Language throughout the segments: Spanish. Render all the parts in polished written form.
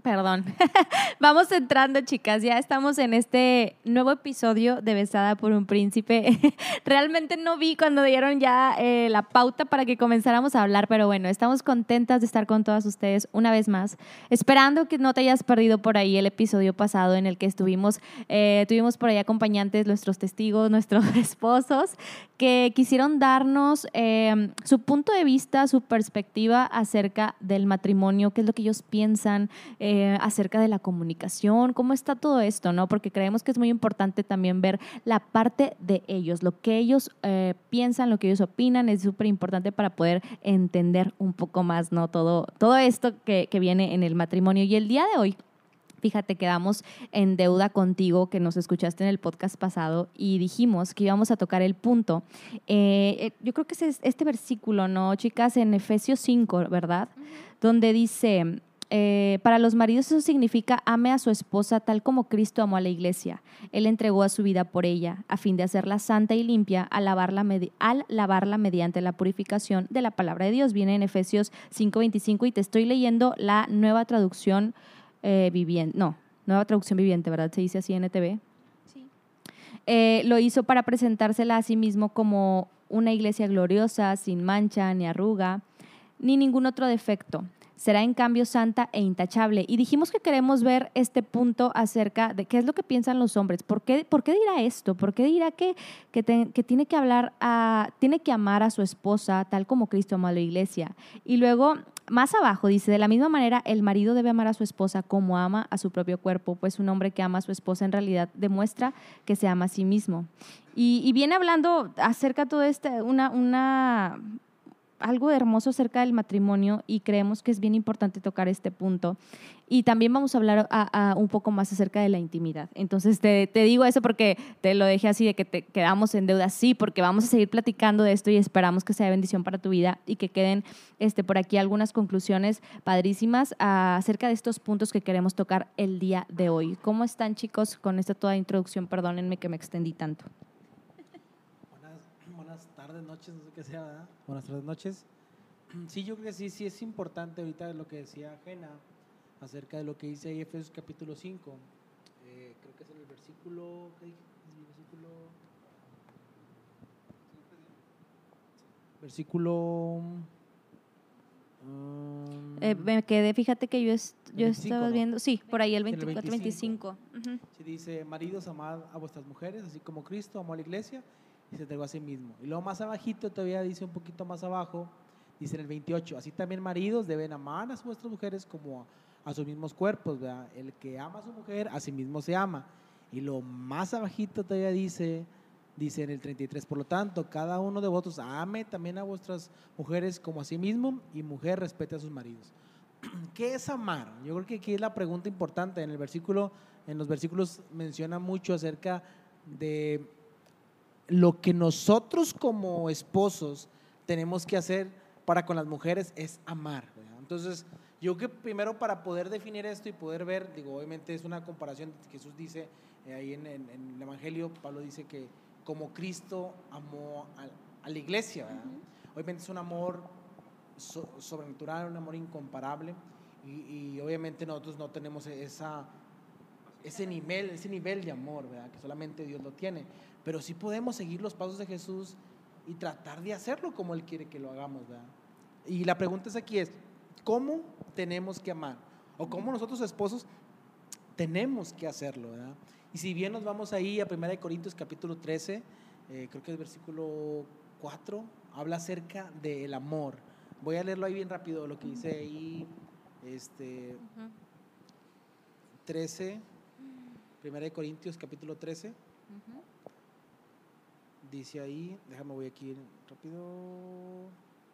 Perdón. Vamos entrando, chicas. Ya estamos en este nuevo episodio de Besada por un Príncipe. Realmente no vi cuando dieron ya la pauta para que comenzáramos a hablar, pero bueno, estamos contentas de estar con todas ustedes una vez más. Esperando que no te hayas perdido por ahí el episodio pasado en el que tuvimos por ahí acompañantes, nuestros testigos, nuestros esposos, que quisieron darnos su punto de vista, su perspectiva acerca del matrimonio, qué es lo que ellos piensan acerca de la comunicación, cómo está todo esto, ¿no? Porque creemos que es muy importante también ver la parte de ellos, lo que ellos piensan, lo que ellos opinan, es súper importante para poder entender un poco más, ¿no? Todo esto que viene en el matrimonio. Y el día de hoy, fíjate, quedamos en deuda contigo, que nos escuchaste en el podcast pasado, y dijimos que íbamos a tocar el punto. Yo creo que es este versículo, ¿no, chicas? En Efesios 5, ¿verdad? Uh-huh. Donde dice, para los maridos eso significa ame a su esposa tal como Cristo amó a la iglesia. Él entregó a su vida por ella, a fin de hacerla santa y limpia al lavarla mediante la purificación de la palabra de Dios. Viene en Efesios 5:25 y te estoy leyendo la nueva traducción nueva traducción viviente, ¿verdad? Se dice así en NTV. Sí. Lo hizo para presentársela a sí mismo como una iglesia gloriosa, sin mancha, ni arruga, ni ningún otro defecto. Será en cambio santa e intachable. Y dijimos que queremos ver este punto acerca de qué es lo que piensan los hombres. ¿Por qué dirá esto? ¿Por qué dirá que tiene que amar a su esposa tal como Cristo amó a la iglesia? Y luego, más abajo dice, de la misma manera, el marido debe amar a su esposa como ama a su propio cuerpo, pues un hombre que ama a su esposa en realidad demuestra que se ama a sí mismo. Y viene hablando acerca de todo algo hermoso acerca del matrimonio, y creemos que es bien importante tocar este punto. Y también vamos a hablar un poco más acerca de la intimidad. Entonces te digo eso porque te lo dejé así de que te quedamos en deuda, sí, porque vamos a seguir platicando de esto y esperamos que sea bendición para tu vida y que queden por aquí algunas conclusiones padrísimas acerca de estos puntos que queremos tocar el día de hoy. ¿Cómo están, chicos, con esta toda introducción? Perdónenme que me extendí tanto. Buenas tardes, noches, no sé qué sea, ¿verdad? Buenas tardes, noches. Sí, yo creo que sí es importante ahorita lo que decía Jena acerca de lo que dice ahí Efesios capítulo 5. Creo que es en el versículo, ¿qué dije? Versículo me quedé, fíjate que yo 25, estaba viendo, sí, por ahí el 24, 25. 25. Uh-huh. Sí, dice, maridos, amad a vuestras mujeres, así como Cristo amó a la iglesia y se entregó a sí mismo. Y luego más abajito, todavía dice un poquito más abajo, dice en el 28, así también maridos deben amar a vuestras mujeres como a sus mismos cuerpos, ¿verdad? El que ama a su mujer, a sí mismo se ama. Y lo más abajito todavía dice en el 33, por lo tanto, cada uno de vosotros ame también a vuestras mujeres como a sí mismo, y mujer respete a sus maridos. ¿Qué es amar? Yo creo que aquí es la pregunta importante. En los versículos menciona mucho acerca de lo que nosotros como esposos tenemos que hacer para con las mujeres es amar, ¿verdad? Entonces, yo creo que primero para poder definir esto y poder ver, obviamente es una comparación. Jesús dice ahí en el Evangelio, Pablo dice que como Cristo amó a la iglesia, ¿verdad? Uh-huh. Obviamente es un amor sobrenatural, un amor incomparable, y obviamente nosotros no tenemos ese nivel de amor, ¿verdad? Que solamente Dios lo tiene, pero sí podemos seguir los pasos de Jesús y tratar de hacerlo como Él quiere que lo hagamos, ¿verdad? Y la pregunta aquí es, ¿cómo tenemos que amar? O cómo nosotros esposos tenemos que hacerlo, ¿verdad? Y si bien nos vamos ahí a 1 Corintios capítulo 13, creo que es versículo 4, habla acerca del amor. Voy a leerlo ahí bien rápido, lo que dice ahí 13, 1 Corintios capítulo 13. Uh-huh. Dice ahí, déjame, voy aquí rápido.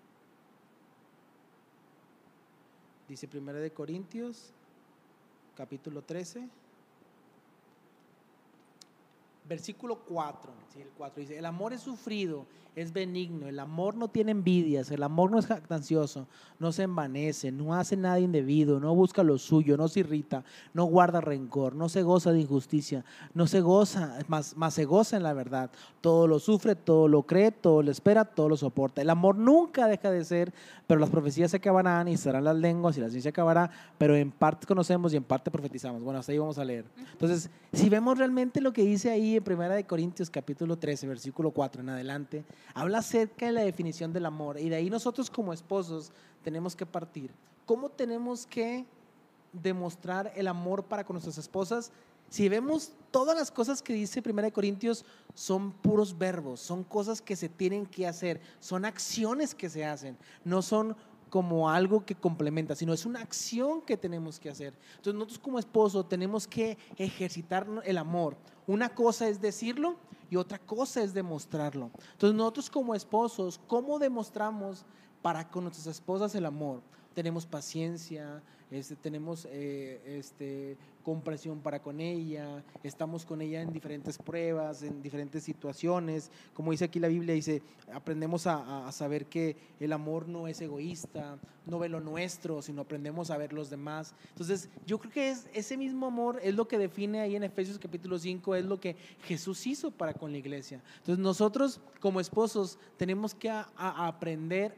Dice 1 Corintios capítulo 13. versículo 4, ¿sí? El 4 dice, el amor es sufrido, es benigno, el amor no tiene envidias, el amor no es jactancioso, no se envanece, no hace nada indebido, no busca lo suyo, no se irrita, no guarda rencor, no se goza de injusticia, no se goza, más se goza en la verdad, todo lo sufre, todo lo cree, todo lo espera, todo lo soporta. El amor nunca deja de ser, pero las profecías se acabarán y serán las lenguas y la ciencia acabará, pero en parte conocemos y en parte profetizamos. Bueno, hasta ahí vamos a leer. Entonces, si vemos realmente lo que dice ahí en 1 Corintios capítulo 13, versículo 4 en adelante, habla acerca de la definición del amor, y de ahí nosotros como esposos tenemos que partir. ¿Cómo tenemos que demostrar el amor para con nuestras esposas? Si vemos todas las cosas que dice 1 Corintios, son puros verbos, son cosas que se tienen que hacer, son acciones que se hacen, no son como algo que complementa, sino es una acción que tenemos que hacer. Entonces nosotros como esposo tenemos que ejercitar el amor. Una cosa es decirlo y otra cosa es demostrarlo. Entonces nosotros como esposos, ¿cómo demostramos para con nuestras esposas el amor? Tenemos paciencia, tenemos comprensión para con ella, estamos con ella en diferentes pruebas, en diferentes situaciones. Como dice aquí la Biblia, dice, aprendemos a saber que el amor no es egoísta, no ve lo nuestro, sino aprendemos a ver los demás. Entonces yo creo que ese mismo amor es lo que define ahí en Efesios capítulo 5, es lo que Jesús hizo para con la iglesia. Entonces nosotros como esposos tenemos que aprender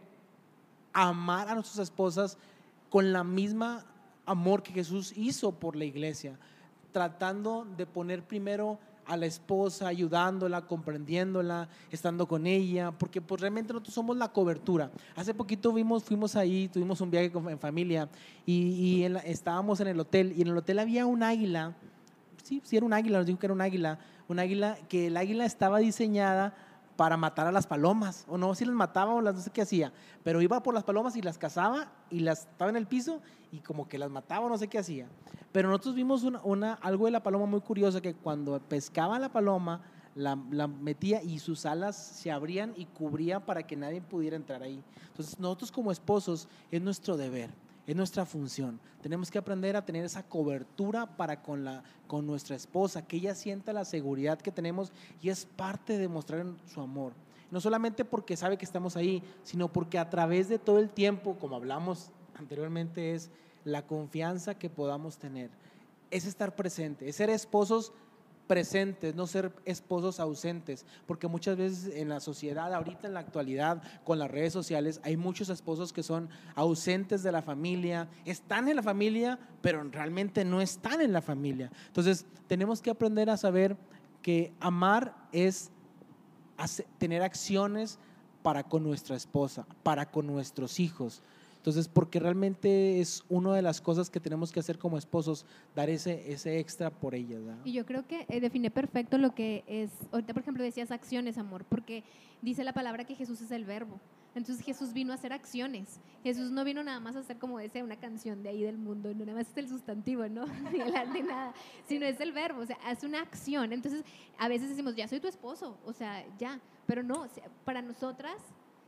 a amar a nuestras esposas con la misma amor que Jesús hizo por la iglesia, tratando de poner primero a la esposa, ayudándola, comprendiéndola, estando con ella, porque pues realmente nosotros somos la cobertura. Hace poquito fuimos ahí, tuvimos un viaje en familia y estábamos en el hotel, y en el hotel había un águila. Sí, era un águila, nos dijo que era un águila que el águila estaba diseñada para matar a las palomas, o no, si las mataba o no sé qué hacía, pero iba por las palomas y las cazaba y las estaba en el piso y como que las mataba o no sé qué hacía. Pero nosotros vimos algo de la paloma muy curioso, que cuando pescaba la paloma la metía y sus alas se abrían y cubrían para que nadie pudiera entrar ahí. Entonces nosotros como esposos es nuestro deber, es nuestra función. Tenemos que aprender a tener esa cobertura para con nuestra esposa, que ella sienta la seguridad que tenemos, y es parte de mostrar su amor. No solamente porque sabe que estamos ahí, sino porque a través de todo el tiempo, como hablamos anteriormente, es la confianza que podamos tener, es estar presente, es ser esposos presentes, no ser esposos ausentes, porque muchas veces en la sociedad, ahorita en la actualidad, con las redes sociales, hay muchos esposos que son ausentes de la familia, están en la familia, pero realmente no están en la familia. Entonces, tenemos que aprender a saber que amar es tener acciones para con nuestra esposa, para con nuestros hijos. Entonces, porque realmente es una de las cosas que tenemos que hacer como esposos, dar ese extra por ellas, ¿verdad? Y yo creo que define perfecto lo que es, ahorita por ejemplo decías acciones, amor, porque dice la palabra que Jesús es el verbo. Entonces Jesús vino a hacer acciones. Jesús no vino nada más a hacer como dice una canción de ahí del mundo, no nada más es el sustantivo, ¿no? Ni el de nada, sino es el verbo, o sea, hace una acción. Entonces a veces decimos, ya soy tu esposo, o sea, ya, pero no, o sea, para nosotras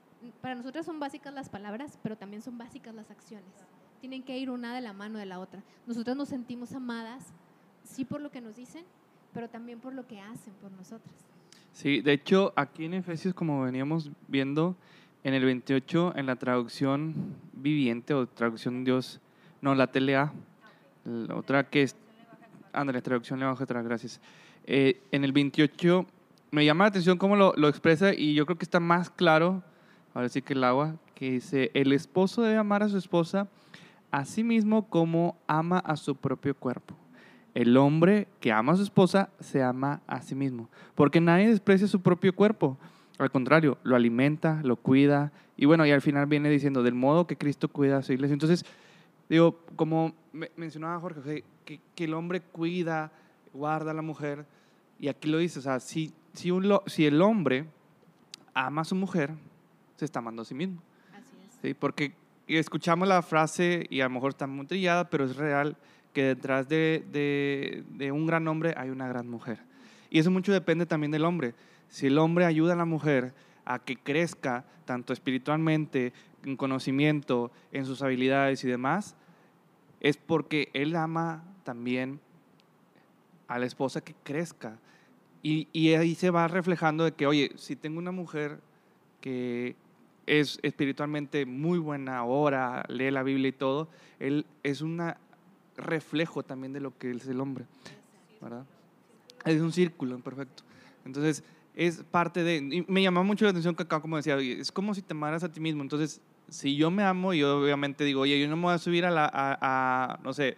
son básicas las palabras, pero también son básicas las acciones. Tienen que ir una de la mano de la otra. Nosotras nos sentimos amadas, sí por lo que nos dicen, pero también por lo que hacen por nosotras. Sí, de hecho, aquí en Efesios, como veníamos viendo, en el 28, en la traducción viviente o traducción Dios, no, la TLA, la otra que es, ándale, traducción lenguaje atrás, gracias. En el 28 me llama la atención cómo lo expresa, y yo creo que está más claro, ahora sí que el agua, que dice, el esposo debe amar a su esposa a sí mismo como ama a su propio cuerpo. El hombre que ama a su esposa se ama a sí mismo, porque nadie desprecia su propio cuerpo. Al contrario, lo alimenta, lo cuida, y bueno, y al final viene diciendo, del modo que Cristo cuida a su iglesia. Entonces, digo, como mencionaba Jorge, que el hombre cuida, guarda a la mujer, y aquí lo dice, o sea, si el hombre ama a su mujer, se está amando a sí mismo. Así es. ¿Sí? Porque escuchamos la frase, y a lo mejor está muy trillada, pero es real, que detrás de un gran hombre hay una gran mujer. Y eso mucho depende también del hombre. Si el hombre ayuda a la mujer a que crezca, tanto espiritualmente, en conocimiento, en sus habilidades y demás, es porque él ama también a la esposa que crezca Y ahí se va reflejando de que, oye, si tengo una mujer que es espiritualmente muy buena, ora, lee la Biblia y todo, él es un reflejo también de lo que es el hombre, ¿verdad? Es un círculo, perfecto. Entonces, es parte de... Y me llamó mucho la atención que acá, como decía, oye, es como si te amaras a ti mismo. Entonces, si yo me amo, yo obviamente digo, oye, yo no me voy a subir no sé,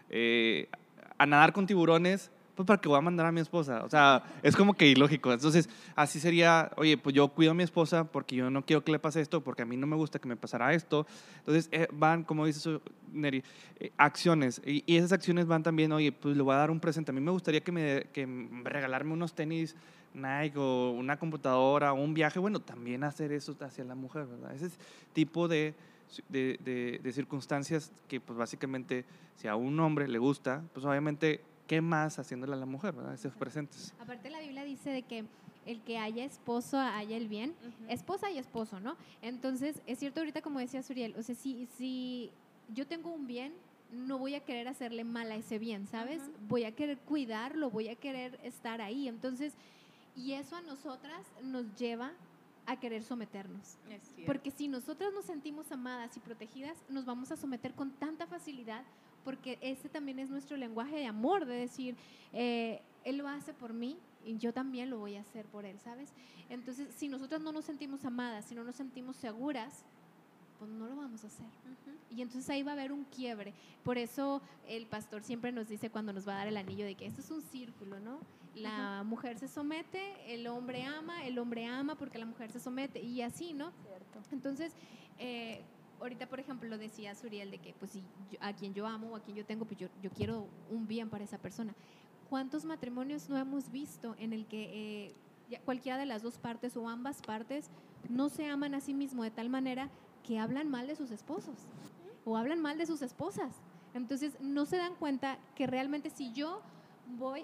a nadar con tiburones, pues para que voy a mandar a mi esposa. O sea, es como que ilógico. Entonces, así sería, oye, pues yo cuido a mi esposa porque yo no quiero que le pase esto, porque a mí no me gusta que me pasara esto. Entonces, van, como dice Neri, acciones. Y esas acciones van también, oye, pues le voy a dar un presente. A mí me gustaría que regalarme unos tenis Nike o una computadora o un viaje. Bueno, también hacer eso hacia la mujer, ¿verdad? Ese tipo de circunstancias que, pues básicamente, si a un hombre le gusta, pues obviamente, ¿qué más haciéndole a la mujer, ¿verdad? Esos presentes. Aparte la Biblia dice de que el que haya esposo haya el bien, esposa y esposo, ¿no? Entonces, es cierto ahorita como decía Suriel, o sea, si yo tengo un bien, no voy a querer hacerle mal a ese bien, ¿sabes? Voy a querer cuidarlo, voy a querer estar ahí. Entonces, y eso a nosotras nos lleva a querer someternos. Porque si nosotras nos sentimos amadas y protegidas, nos vamos a someter con tanta facilidad, porque ese también es nuestro lenguaje de amor, de decir, él lo hace por mí y yo también lo voy a hacer por él, ¿sabes? Entonces, si nosotras no nos sentimos amadas, si no nos sentimos seguras, pues no lo vamos a hacer. Y entonces ahí va a haber un quiebre. Por eso el pastor siempre nos dice cuando nos va a dar el anillo de que esto es un círculo, ¿no? La mujer se somete, el hombre ama porque la mujer se somete y así, ¿no? Cierto. Entonces, ahorita, por ejemplo, lo decía Suriel de que pues si a quien yo amo o a quien yo tengo, pues yo quiero un bien para esa persona. ¿Cuántos matrimonios no hemos visto en el que cualquiera de las dos partes o ambas partes no se aman a sí mismo de tal manera que hablan mal de sus esposos o hablan mal de sus esposas? Entonces no se dan cuenta que realmente si yo voy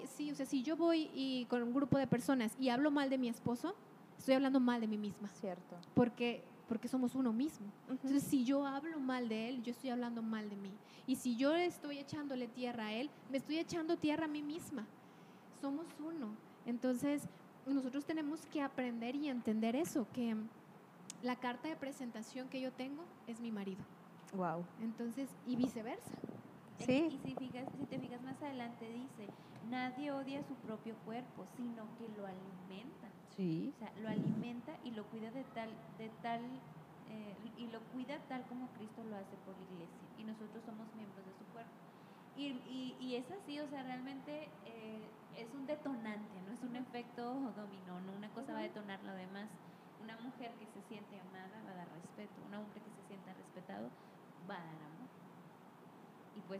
y con un grupo de personas y hablo mal de mi esposo, estoy hablando mal de mí misma. Cierto. Porque somos uno mismo. Entonces, si yo hablo mal de él, yo estoy hablando mal de mí. Y si yo estoy echándole tierra a él, me estoy echando tierra a mí misma. Somos uno. Entonces, nosotros tenemos que aprender y entender eso, que la carta de presentación que yo tengo es mi marido. Wow. Entonces, y viceversa. Sí. Y si te fijas más adelante dice, nadie odia su propio cuerpo, sino que lo alimenta. Sí. O sea, lo alimenta y lo cuida y lo cuida tal como Cristo lo hace por la iglesia. Y nosotros somos miembros de su cuerpo. Y es así, o sea, realmente es un detonante, no es un efecto dominó, no una cosa va a detonar lo demás. Una mujer que se siente amada va a dar respeto, un hombre que se sienta respetado va a dar amor. Y pues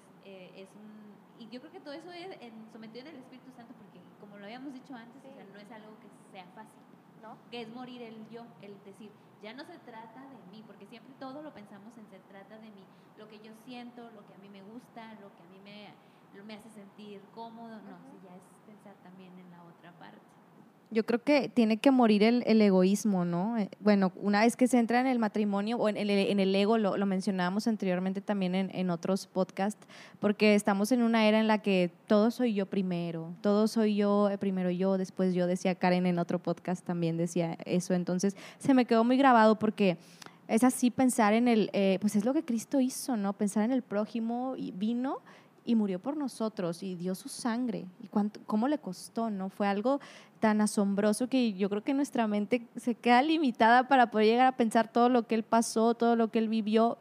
y yo creo que todo eso es sometido en el Espíritu Santo, porque como lo habíamos dicho antes, o sea, no es algo que sea fácil, ¿no? Que es morir el yo, el decir, ya no se trata de mí, porque siempre todo lo pensamos en se trata de mí, lo que yo siento, lo que a mí me gusta, lo que a mí me hace sentir cómodo, no, ya es pensar también en la otra parte. Yo creo que tiene que morir el egoísmo, ¿no? Bueno, una vez que se entra en el matrimonio o en el ego, lo mencionábamos anteriormente también en otros podcasts, porque estamos en una era en la que todo soy yo primero, todo soy yo, primero yo, después yo, decía Karen en otro podcast también decía eso, entonces se me quedó muy grabado porque es así pensar en pues es lo que Cristo hizo, ¿no? Pensar en el prójimo y vino y murió por nosotros y dio su sangre y cómo le costó, ¿no? Fue algo tan asombroso que yo creo que nuestra mente se queda limitada para poder llegar a pensar todo lo que él pasó, todo lo que él vivió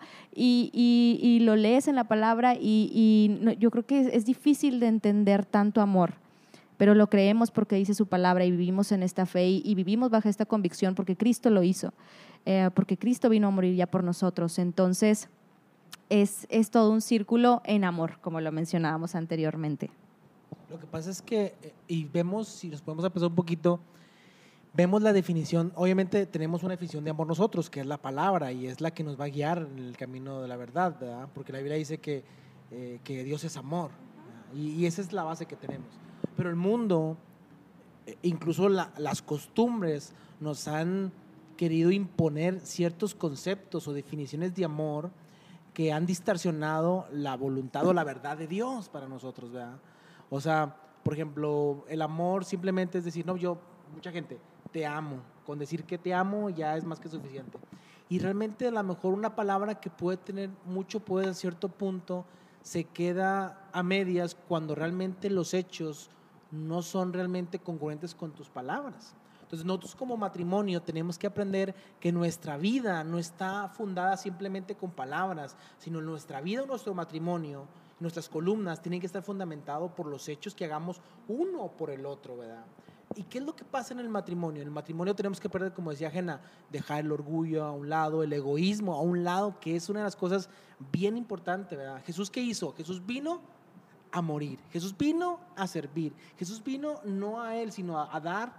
y lo lees en la palabra y no, yo creo que es difícil de entender tanto amor, pero lo creemos porque dice su palabra y vivimos en esta fe y vivimos bajo esta convicción porque Cristo lo hizo, porque Cristo vino a morir ya por nosotros. Entonces es todo un círculo en amor, como lo mencionábamos anteriormente. Lo que pasa es que, y vemos, si nos podemos empezar un poquito, vemos la definición, obviamente tenemos una definición de amor nosotros, que es la palabra, y es la que nos va a guiar en el camino de la verdad, ¿verdad? Porque la Biblia dice que Dios es amor, y esa es la base que tenemos. Pero el mundo, incluso las costumbres, nos han querido imponer ciertos conceptos o definiciones de amor que han distorsionado la voluntad o la verdad de Dios para nosotros, ¿verdad? O sea, Por ejemplo, el amor simplemente es decir, no, mucha gente, te amo. Con decir que te amo ya es más que suficiente. Y realmente a lo mejor una palabra que puede tener mucho poder a cierto punto se queda a medias cuando realmente los hechos no son realmente congruentes con tus palabras. Entonces nosotros como matrimonio tenemos que aprender que nuestra vida no está fundada simplemente con palabras, sino nuestra vida, nuestro matrimonio, nuestras columnas tienen que estar fundamentados por los hechos que hagamos uno por el otro, ¿verdad? ¿Y qué es lo que pasa en el matrimonio? En el matrimonio tenemos que perder, como decía Jena, dejar el orgullo a un lado, el egoísmo a un lado, que es una de las cosas bien importantes, ¿verdad? Jesús, ¿qué hizo? Jesús vino a morir, Jesús vino a servir, Jesús vino no a Él, sino a dar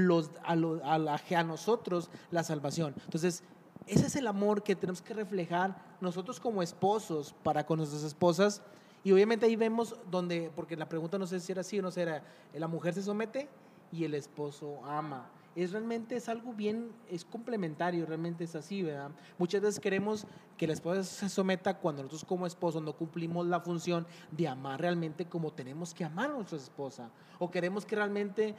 a nosotros la salvación. Entonces, ese es el amor que tenemos que reflejar nosotros como esposos para con nuestras esposas. Y obviamente ahí vemos donde, porque la pregunta no sé si era así o no sé, era, la mujer se somete y el esposo ama. Realmente es algo bien, es complementario, realmente es así, ¿verdad? Muchas veces queremos que la esposa se someta cuando nosotros como esposos no cumplimos la función de amar realmente como tenemos que amar a nuestra esposa, o queremos que realmente,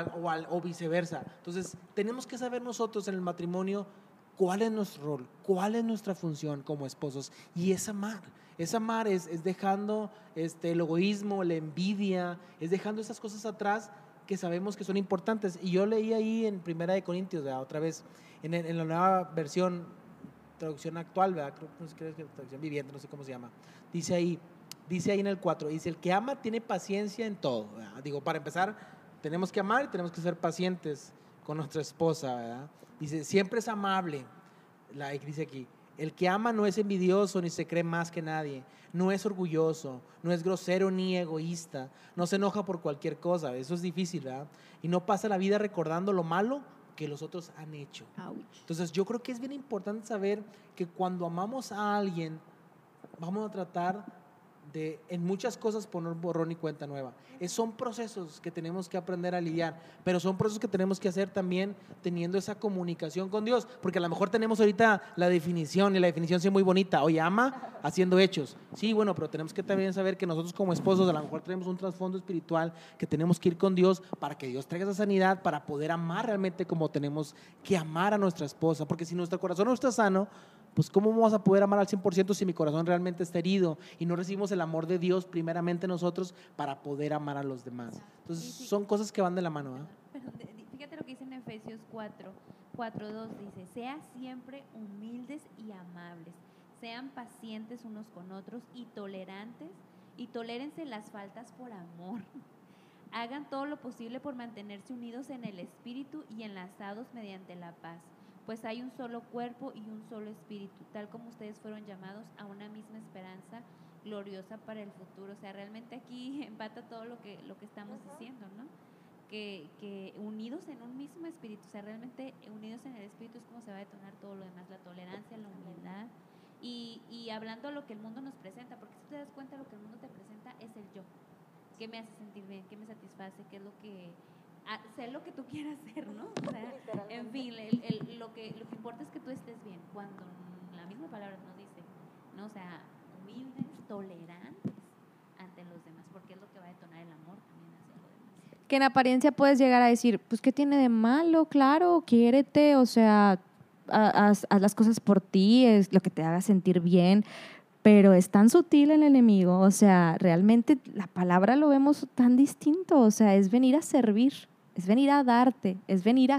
o viceversa. Entonces, tenemos que saber nosotros en el matrimonio cuál es nuestro rol, cuál es nuestra función como esposos, y es amar. Es amar, es dejando el egoísmo, la envidia, es dejando esas cosas atrás que sabemos que son importantes. Y yo leí ahí en 1 Corintios, ¿verdad? Otra vez, en la nueva versión, traducción actual, ¿verdad? No sé qué es, traducción viviente, no sé cómo se llama. Dice ahí en el 4, dice, el que ama tiene paciencia en todo, ¿verdad? Digo, para empezar, tenemos que amar y tenemos que ser pacientes con nuestra esposa, ¿verdad? Dice, siempre es amable, dice aquí, el que ama no es envidioso ni se cree más que nadie, no es orgulloso, no es grosero ni egoísta, no se enoja por cualquier cosa, eso es difícil, ¿verdad? Y no pasa la vida recordando lo malo que los otros han hecho. Ouch. Entonces yo creo que es bien importante saber que cuando amamos a alguien, vamos a tratar de en muchas cosas poner borrón y cuenta nueva. Son procesos que tenemos que aprender a lidiar, pero son procesos que tenemos que hacer también teniendo esa comunicación con Dios, porque a lo mejor tenemos ahorita la definición y la definición es muy bonita, oye, ama haciendo hechos. Sí, bueno, pero tenemos que también saber que nosotros como esposos a lo mejor tenemos un trasfondo espiritual que tenemos que ir con Dios para que Dios traiga esa sanidad, para poder amar realmente como tenemos que amar a nuestra esposa, porque si nuestro corazón no está sano, pues ¿cómo vamos a poder amar al 100% si mi corazón realmente está herido y no recibimos el amor de Dios primeramente nosotros para poder amar a los demás? Entonces son cosas que van de la mano, ¿eh? Fíjate lo que dice en Efesios 4:2, dice, sean siempre humildes y amables, sean pacientes unos con otros y tolerantes, y tolérense las faltas por amor. Hagan todo lo posible por mantenerse unidos en el espíritu y enlazados mediante la paz. Pues hay un solo cuerpo y un solo espíritu, tal como ustedes fueron llamados a una misma esperanza gloriosa para el futuro. O sea, realmente aquí empata todo lo que estamos diciendo, ¿no? Que unidos en un mismo espíritu, o sea, realmente unidos en el espíritu es como se va a detonar todo lo demás, la tolerancia, la humildad, y hablando de lo que el mundo nos presenta, porque si te das cuenta, lo que el mundo te presenta es el yo, qué me hace sentir bien, qué me satisface, qué es lo que... Sé lo que tú quieras hacer, ¿no? O sea, en fin, lo que importa es que tú estés bien, cuando la misma palabra nos dice, ¿no? O sea, humildes, tolerantes ante los demás, porque es lo que va a detonar el amor también hacia los demás. Que en apariencia puedes llegar a decir, pues ¿qué tiene de malo? Claro, quiérete, o sea, haz las cosas por ti, es lo que te haga sentir bien, pero es tan sutil el enemigo, o sea, realmente la palabra lo vemos tan distinto, o sea, es venir a servir, es venir a darte, es venir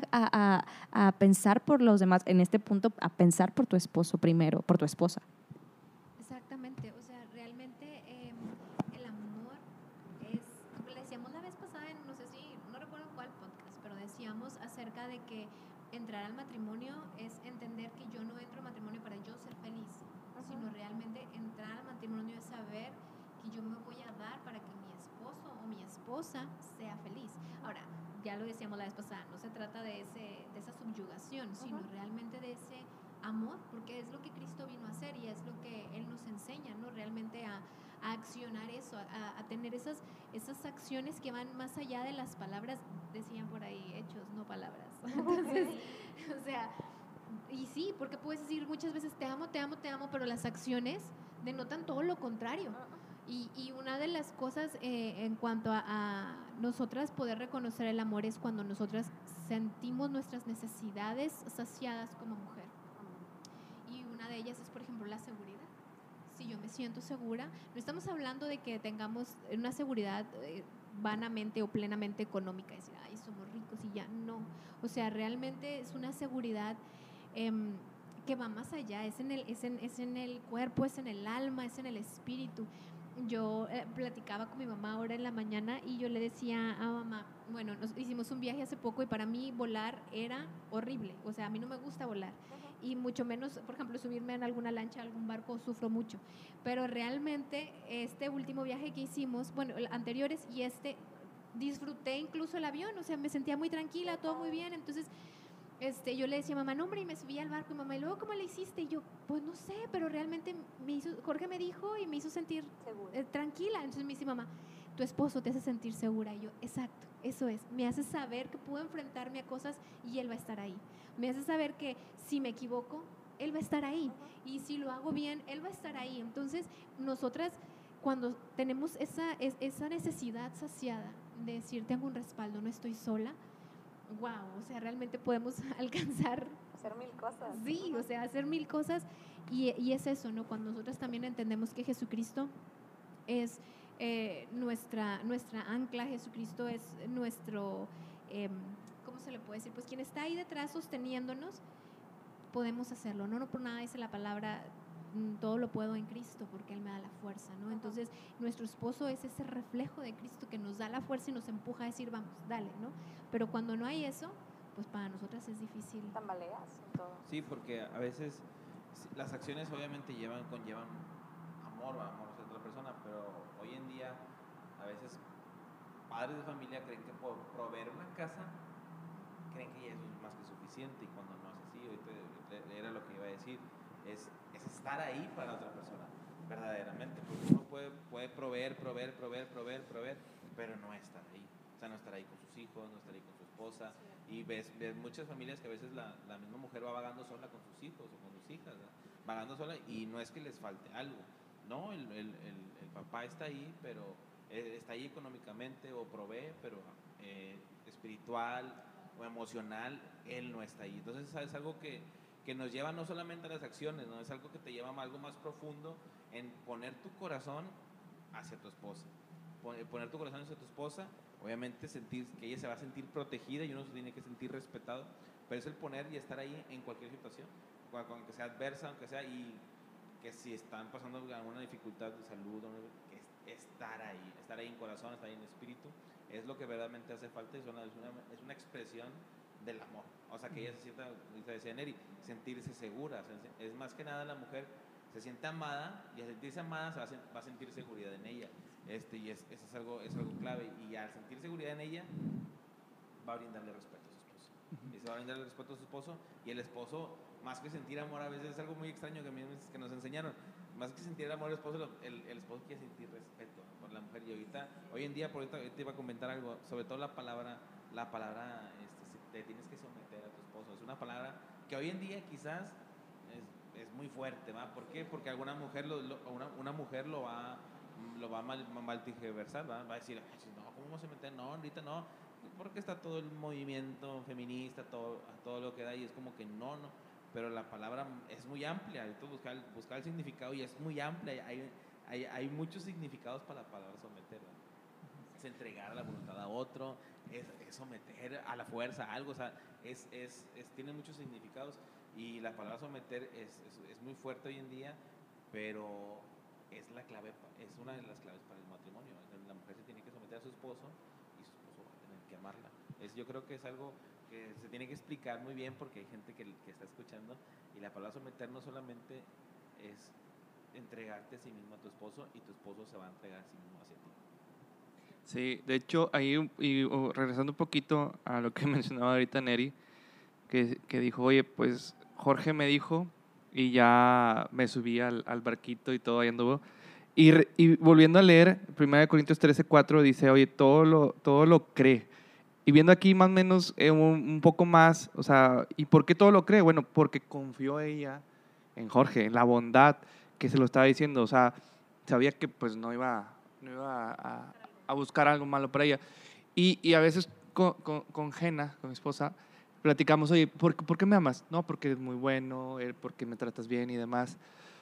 a pensar por los demás, en este punto a pensar por tu esposo primero, por tu esposa. Exactamente, o sea, realmente el amor es, como le decíamos la vez pasada, no sé si, no recuerdo cuál podcast, pero decíamos acerca de que entrar al matrimonio es entender que yo no entro al matrimonio para yo ser feliz, sino realmente entrar al matrimonio es saber que yo me voy a dar para que mi esposo o mi esposa sea feliz. Ahora, ya lo decíamos la vez pasada, no se trata de esa subyugación, sino realmente de ese amor, porque es lo que Cristo vino a hacer y es lo que Él nos enseña, ¿no? Realmente a accionar eso, a tener esas acciones que van más allá de las palabras, decían por ahí, hechos, no palabras. Entonces, o sea, y sí, porque puedes decir muchas veces te amo, pero las acciones denotan todo lo contrario. Y una de las cosas en cuanto a nosotras poder reconocer el amor es cuando nosotras sentimos nuestras necesidades saciadas como mujer. Y una de ellas es, por ejemplo, la seguridad. Si yo me siento segura, no estamos hablando de que tengamos una seguridad vanamente o plenamente económica, decir, ay, somos ricos y ya, no. O sea, realmente es una seguridad que va más allá, es en el cuerpo, es en el alma, es en el espíritu. Yo platicaba con mi mamá ahora en la mañana y yo le decía a mamá, bueno, nos hicimos un viaje hace poco y para mí volar era horrible, o sea, a mí no me gusta volar y mucho menos, por ejemplo, subirme en alguna lancha, algún barco, sufro mucho, pero realmente este último viaje que hicimos, bueno, anteriores y disfruté incluso el avión, o sea, me sentía muy tranquila, todo muy bien, entonces yo le decía a mamá, no hombre, y me subí al barco y mamá, y luego ¿cómo le hiciste? Y yo, pues no sé, pero realmente Jorge me dijo y me hizo sentir tranquila. Entonces me dice mamá, tu esposo te hace sentir segura. Y yo, exacto, eso es, me hace saber que puedo enfrentarme a cosas y él va a estar ahí. Me hace saber que si me equivoco, él va a estar ahí. Y si lo hago bien, él va a estar ahí. Entonces nosotras cuando tenemos esa necesidad saciada de decir, tengo un respaldo, no estoy sola, wow, o sea, realmente podemos alcanzar hacer mil cosas. Sí, o sea, hacer mil cosas y es eso, ¿no? Cuando nosotros también entendemos que Jesucristo es nuestra ancla, Jesucristo es nuestro, ¿cómo se le puede decir? Pues quien está ahí detrás sosteniéndonos, podemos hacerlo, no por nada dice la palabra, todo lo puedo en Cristo porque Él me da la fuerza, ¿no? Entonces, nuestro esposo es ese reflejo de Cristo que nos da la fuerza y nos empuja a decir, vamos, dale, ¿no? Pero cuando no hay eso, pues para nosotras es difícil. Tambaleas y todo. Sí, porque a veces las acciones obviamente conllevan amor hacia otra persona, pero hoy en día a veces padres de familia creen que por proveer una casa, creen que ya eso es más que suficiente y cuando no es así, ahorita era lo que iba a decir, es estar ahí para la otra persona, verdaderamente, porque uno puede proveer, pero no estar ahí, o sea, no estar ahí con sus hijos, no estar ahí con su esposa, y ves muchas familias que a veces la misma mujer va vagando sola con sus hijos o con sus hijas, ¿verdad? Vagando sola y no es que les falte algo, no, el papá está ahí, pero está ahí económicamente o provee, pero espiritual o emocional, él no está ahí, entonces es algo que nos lleva no solamente a las acciones, ¿no? Es algo que te lleva a algo más profundo en poner tu corazón hacia tu esposa. Poner tu corazón hacia tu esposa, obviamente sentir que ella se va a sentir protegida y uno se tiene que sentir respetado, pero es el poner y estar ahí en cualquier situación, aunque sea adversa, aunque sea, y que si están pasando alguna dificultad de salud, estar ahí en corazón, estar ahí en espíritu, es lo que verdaderamente hace falta, es una expresión del amor, o sea que ella se sienta, decía Neri, sentirse segura, es más que nada la mujer se siente amada y al sentirse amada va a sentir seguridad en ella, y eso es algo clave, y al sentir seguridad en ella va a brindarle respeto a su esposo, y se va a brindarle respeto a su esposo, y el esposo, más que sentir amor, a veces es algo muy extraño que nos enseñaron, más que sentir amor el esposo quiere sentir respeto por la mujer, y hoy en día, por ahorita te iba a comentar algo, sobre todo la palabra te tienes que someter a tu esposo, es una palabra que hoy en día quizás es muy fuerte, ¿va? ¿Por qué? Porque alguna mujer una mujer lo va a mal tergiversar, ¿va? Va a decir, no, ¿cómo vamos a meter? No, ahorita no, porque está todo el movimiento feminista, todo lo que da, y es como que no, pero la palabra es muy amplia, hay que buscar el significado y es muy amplia, hay muchos significados para la palabra someter, ¿va? Es entregar la voluntad a otro, es someter a la fuerza a algo, o sea, tiene muchos significados, y la palabra someter es muy fuerte hoy en día, pero es una de las claves para el matrimonio. La mujer se tiene que someter a su esposo y su esposo va a tener que amarla. Yo creo que es algo que se tiene que explicar muy bien porque hay gente que está escuchando, y la palabra someter no solamente es entregarte a sí mismo a tu esposo, y tu esposo se va a entregar a sí mismo hacia ti. Sí, de hecho, ahí, regresando un poquito a lo que mencionaba ahorita Neri, que dijo, oye, pues Jorge me dijo, y ya me subí al barquito y todo, ahí anduvo. Y volviendo a leer, 1 Corintios 13:4 dice, oye, todo lo cree. Y viendo aquí más o menos un poco más, o sea, ¿y por qué todo lo cree? Bueno, porque confió ella en Jorge, en la bondad que se lo estaba diciendo, o sea, sabía que pues no iba a buscar algo malo para ella. Y a veces con Jena, con mi esposa, platicamos, oye, ¿por qué me amas? No, porque eres muy bueno, porque me tratas bien y demás.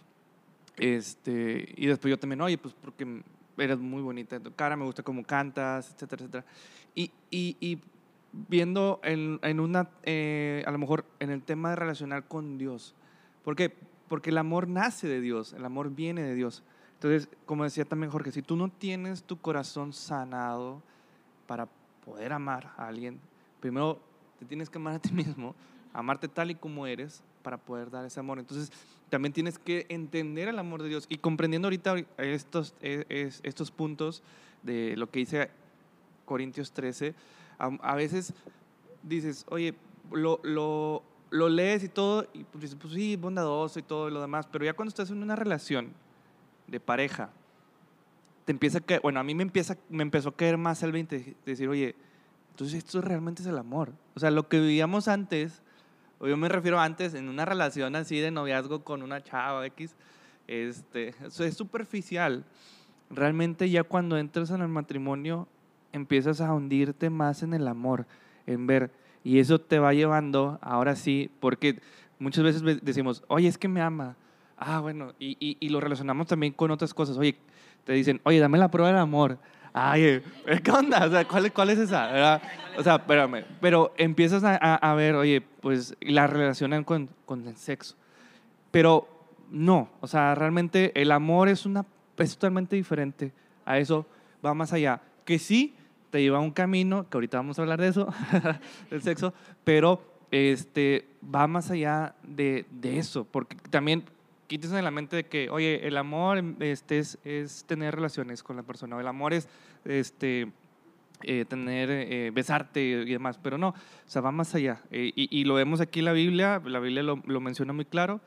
Y después yo también, oye, pues porque eres muy bonita en tu cara, me gusta cómo cantas, etcétera, etcétera. Y viendo en una, a lo mejor en el tema de relacionar con Dios. ¿Por qué? Porque el amor nace de Dios, el amor viene de Dios. Entonces, como decía también Jorge, si tú no tienes tu corazón sanado para poder amar a alguien, primero te tienes que amar a ti mismo, amarte tal y como eres para poder dar ese amor. Entonces, también tienes que entender el amor de Dios y comprendiendo ahorita estos puntos de lo que dice Corintios 13, a veces dices, oye, lo lees y todo, y pues dices, pues sí, bondadoso y todo lo demás, pero ya cuando estás en una relación de pareja, te empieza a caer, bueno, a mí me empezó a caer más el 20, de decir, oye, entonces esto realmente es el amor. O sea, lo que vivíamos antes, o yo me refiero antes, en una relación así de noviazgo con una chava X, eso es superficial. Realmente ya cuando entras en el matrimonio, empiezas a hundirte más en el amor, en ver, y eso te va llevando, ahora sí, porque muchas veces decimos, oye, es que me ama. Ah, bueno, y lo relacionamos también con otras cosas. Oye, te dicen, oye, dame la prueba del amor. Ay, ¿qué onda? O sea, ¿cuál es esa? ¿Verdad? O sea, espérame, pero empiezas a ver, oye, pues la relacionan con el sexo. Pero no, o sea, realmente el amor es totalmente diferente a eso, va más allá. Que sí, te lleva a un camino, que ahorita vamos a hablar de eso, del sexo, pero va más allá de eso, porque también quítese de la mente de que, oye, el amor es tener relaciones con la persona, o el amor es besarte y demás, pero no, o sea, va más allá. Y lo vemos aquí en la Biblia lo menciona muy claro,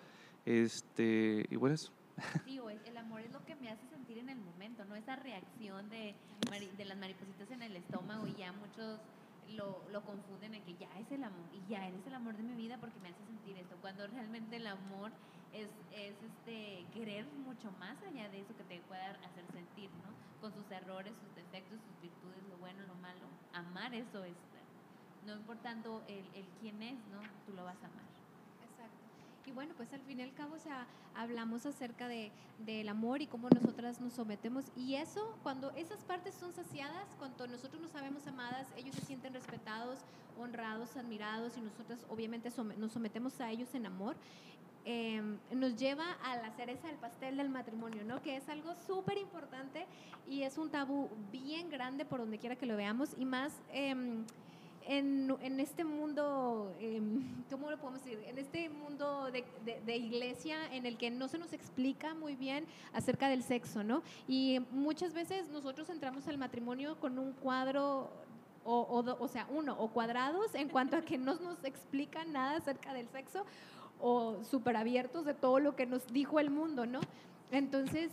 y bueno, eso. Sí, o el amor es lo que me hace sentir en el momento, no esa reacción de las maripositas en el estómago, y ya muchos lo confunden en que ya es el amor, y ya eres el amor de mi vida porque me hace sentir esto, cuando realmente el amor es querer mucho más allá de eso que te pueda hacer sentir, ¿no? Con sus errores, sus defectos, sus virtudes, lo bueno, lo malo. Amar eso es, no importando el quién es, ¿no? Tú lo vas a amar. Exacto. Y bueno, pues al fin y al cabo, o sea, hablamos acerca del amor y cómo nosotras nos sometemos. Y eso, cuando esas partes son saciadas, cuando nosotros nos sabemos amadas, ellos se sienten respetados, honrados, admirados, y nosotras obviamente nos sometemos a ellos en amor. Nos lleva a la cereza del pastel del matrimonio, ¿no? Que es algo súper importante y es un tabú bien grande por donde quiera que lo veamos, y más en este mundo, ¿cómo lo podemos decir? En este mundo de iglesia en el que no se nos explica muy bien acerca del sexo, ¿no? Y muchas veces nosotros entramos al matrimonio con un cuadro o sea, o cuadrados en cuanto a que no nos explican nada acerca del sexo, o súper abiertos de todo lo que nos dijo el mundo, ¿no? Entonces,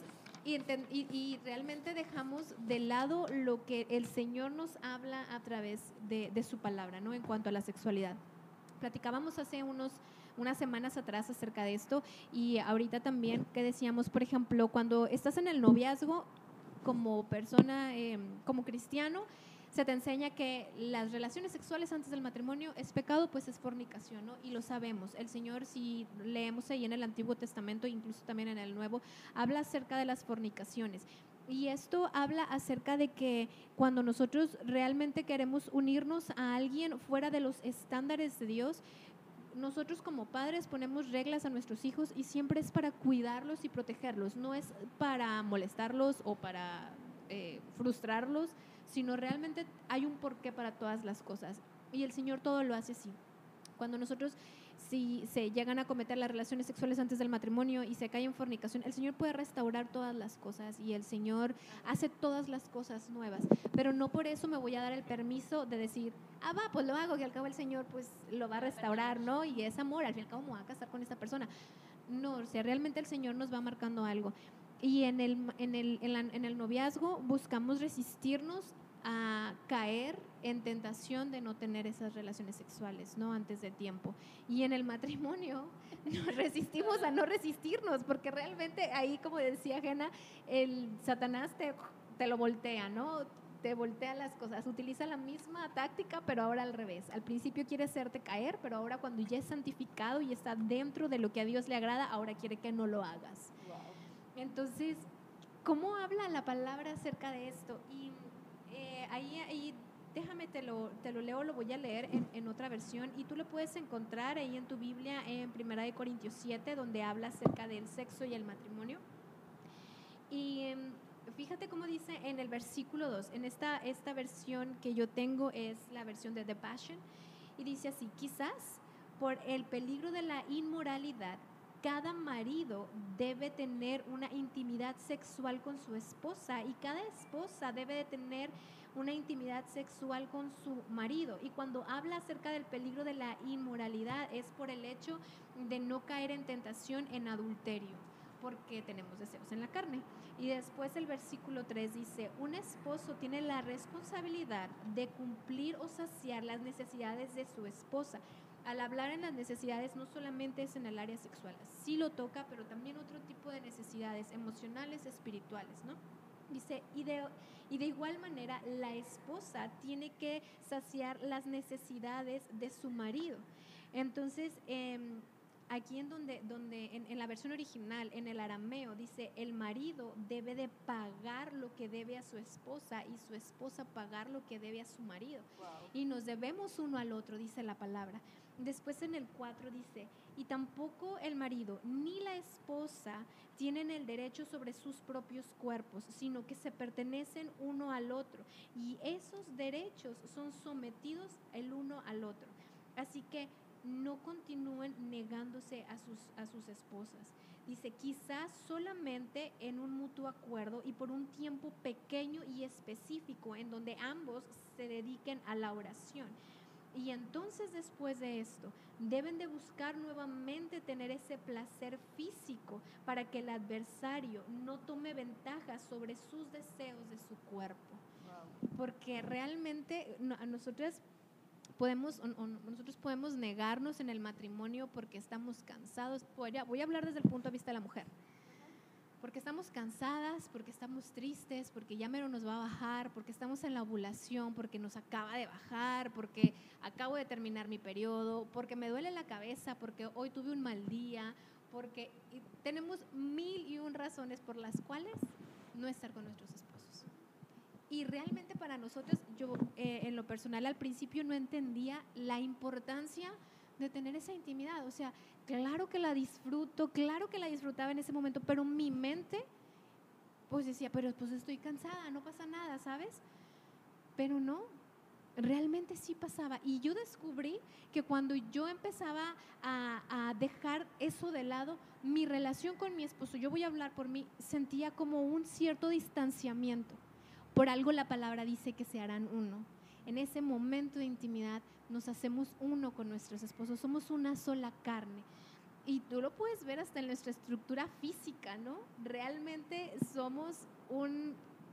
y realmente dejamos de lado lo que el Señor nos habla a través de su palabra, ¿no? En cuanto a la sexualidad. Platicábamos hace unas semanas atrás acerca de esto, y ahorita también que decíamos, por ejemplo, cuando estás en el noviazgo como persona, como cristiano, se te enseña que las relaciones sexuales antes del matrimonio es pecado, pues es fornicación, ¿no? Y lo sabemos. El Señor, si leemos ahí en el Antiguo Testamento, incluso también en el Nuevo, habla acerca de las fornicaciones. Y esto habla acerca de que cuando nosotros realmente queremos unirnos a alguien fuera de los estándares de Dios, nosotros como padres ponemos reglas a nuestros hijos, y siempre es para cuidarlos y protegerlos, no es para molestarlos o para frustrarlos, sino realmente hay un porqué para todas las cosas, y el Señor todo lo hace así. Cuando nosotros, si se llegan a cometer las relaciones sexuales antes del matrimonio y se cae en fornicación, el Señor puede restaurar todas las cosas, y el Señor hace todas las cosas nuevas, pero no por eso me voy a dar el permiso de decir, pues lo hago, y al cabo el Señor pues lo va a restaurar, ¿no? Y es amor, al fin y al cabo me voy a casar con esta persona. No, o sea, realmente el Señor nos va marcando algo. Y en el noviazgo buscamos resistirnos a caer en tentación de no tener esas relaciones sexuales, ¿no? Antes de tiempo. Y en el matrimonio resistimos a no resistirnos, porque realmente ahí, como decía Jena, el Satanás te lo voltea, ¿no? Te voltea las cosas, utiliza la misma táctica, pero ahora al revés. Al principio quiere hacerte caer, pero ahora cuando ya es santificado y está dentro de lo que a Dios le agrada, ahora quiere que no lo hagas. Entonces, ¿cómo habla la palabra acerca de esto? Y ahí déjame, te lo leo, lo voy a leer en otra versión, y tú lo puedes encontrar ahí en tu Biblia en 1 Corintios 7, donde habla acerca del sexo y el matrimonio. Y fíjate cómo dice en el versículo 2, en esta versión que yo tengo es la versión de The Passion, y dice así: quizás por el peligro de la inmoralidad, cada marido debe tener una intimidad sexual con su esposa, y cada esposa debe de tener una intimidad sexual con su marido. Y cuando habla acerca del peligro de la inmoralidad, es por el hecho de no caer en tentación, en adulterio, porque tenemos deseos en la carne. Y después el versículo 3 dice: un esposo tiene la responsabilidad de cumplir o saciar las necesidades de su esposa. Al hablar en las necesidades, no solamente es en el área sexual, sí lo toca, pero también otro tipo de necesidades emocionales, espirituales, ¿no? Dice, y de igual manera la esposa tiene que saciar las necesidades de su marido. Entonces, aquí en la versión original, en el arameo, dice: el marido debe de pagar lo que debe a su esposa, y su esposa pagar lo que debe a su marido. Y nos debemos uno al otro, dice la palabra. Después en el 4 dice: y tampoco el marido ni la esposa tienen el derecho sobre sus propios cuerpos, sino que se pertenecen uno al otro, y esos derechos son sometidos el uno al otro. Así que no continúen negándose a sus esposas. Dice: quizás solamente en un mutuo acuerdo y por un tiempo pequeño y específico, en donde ambos se dediquen a la oración. Y entonces, después de esto, deben de buscar nuevamente tener ese placer físico, para que el adversario no tome ventaja sobre sus deseos de su cuerpo. Porque realmente nosotros podemos negarnos en el matrimonio porque estamos cansados. Voy a hablar desde el punto de vista de la mujer. Porque estamos cansadas, porque estamos tristes, porque ya mero nos va a bajar, porque estamos en la ovulación, porque nos acaba de bajar, porque acabo de terminar mi periodo, porque me duele la cabeza, porque hoy tuve un mal día, porque tenemos 1001 razones por las cuales no estar con nuestros esposos. Y realmente para nosotros, yo en lo personal al principio no entendía la importancia de tener esa intimidad. O sea, claro que la disfruto, claro que la disfrutaba en ese momento, pero mi mente pues decía: pero pues estoy cansada, no pasa nada, ¿sabes? Pero no, realmente sí pasaba. Y yo descubrí que cuando yo empezaba a dejar eso de lado, mi relación con mi esposo, yo voy a hablar por mí, sentía como un cierto distanciamiento. Por algo la palabra dice que se harán uno. En ese momento de intimidad nos hacemos uno con nuestros esposos, somos una sola carne. Y tú lo puedes ver hasta en nuestra estructura física, ¿no? Realmente somos un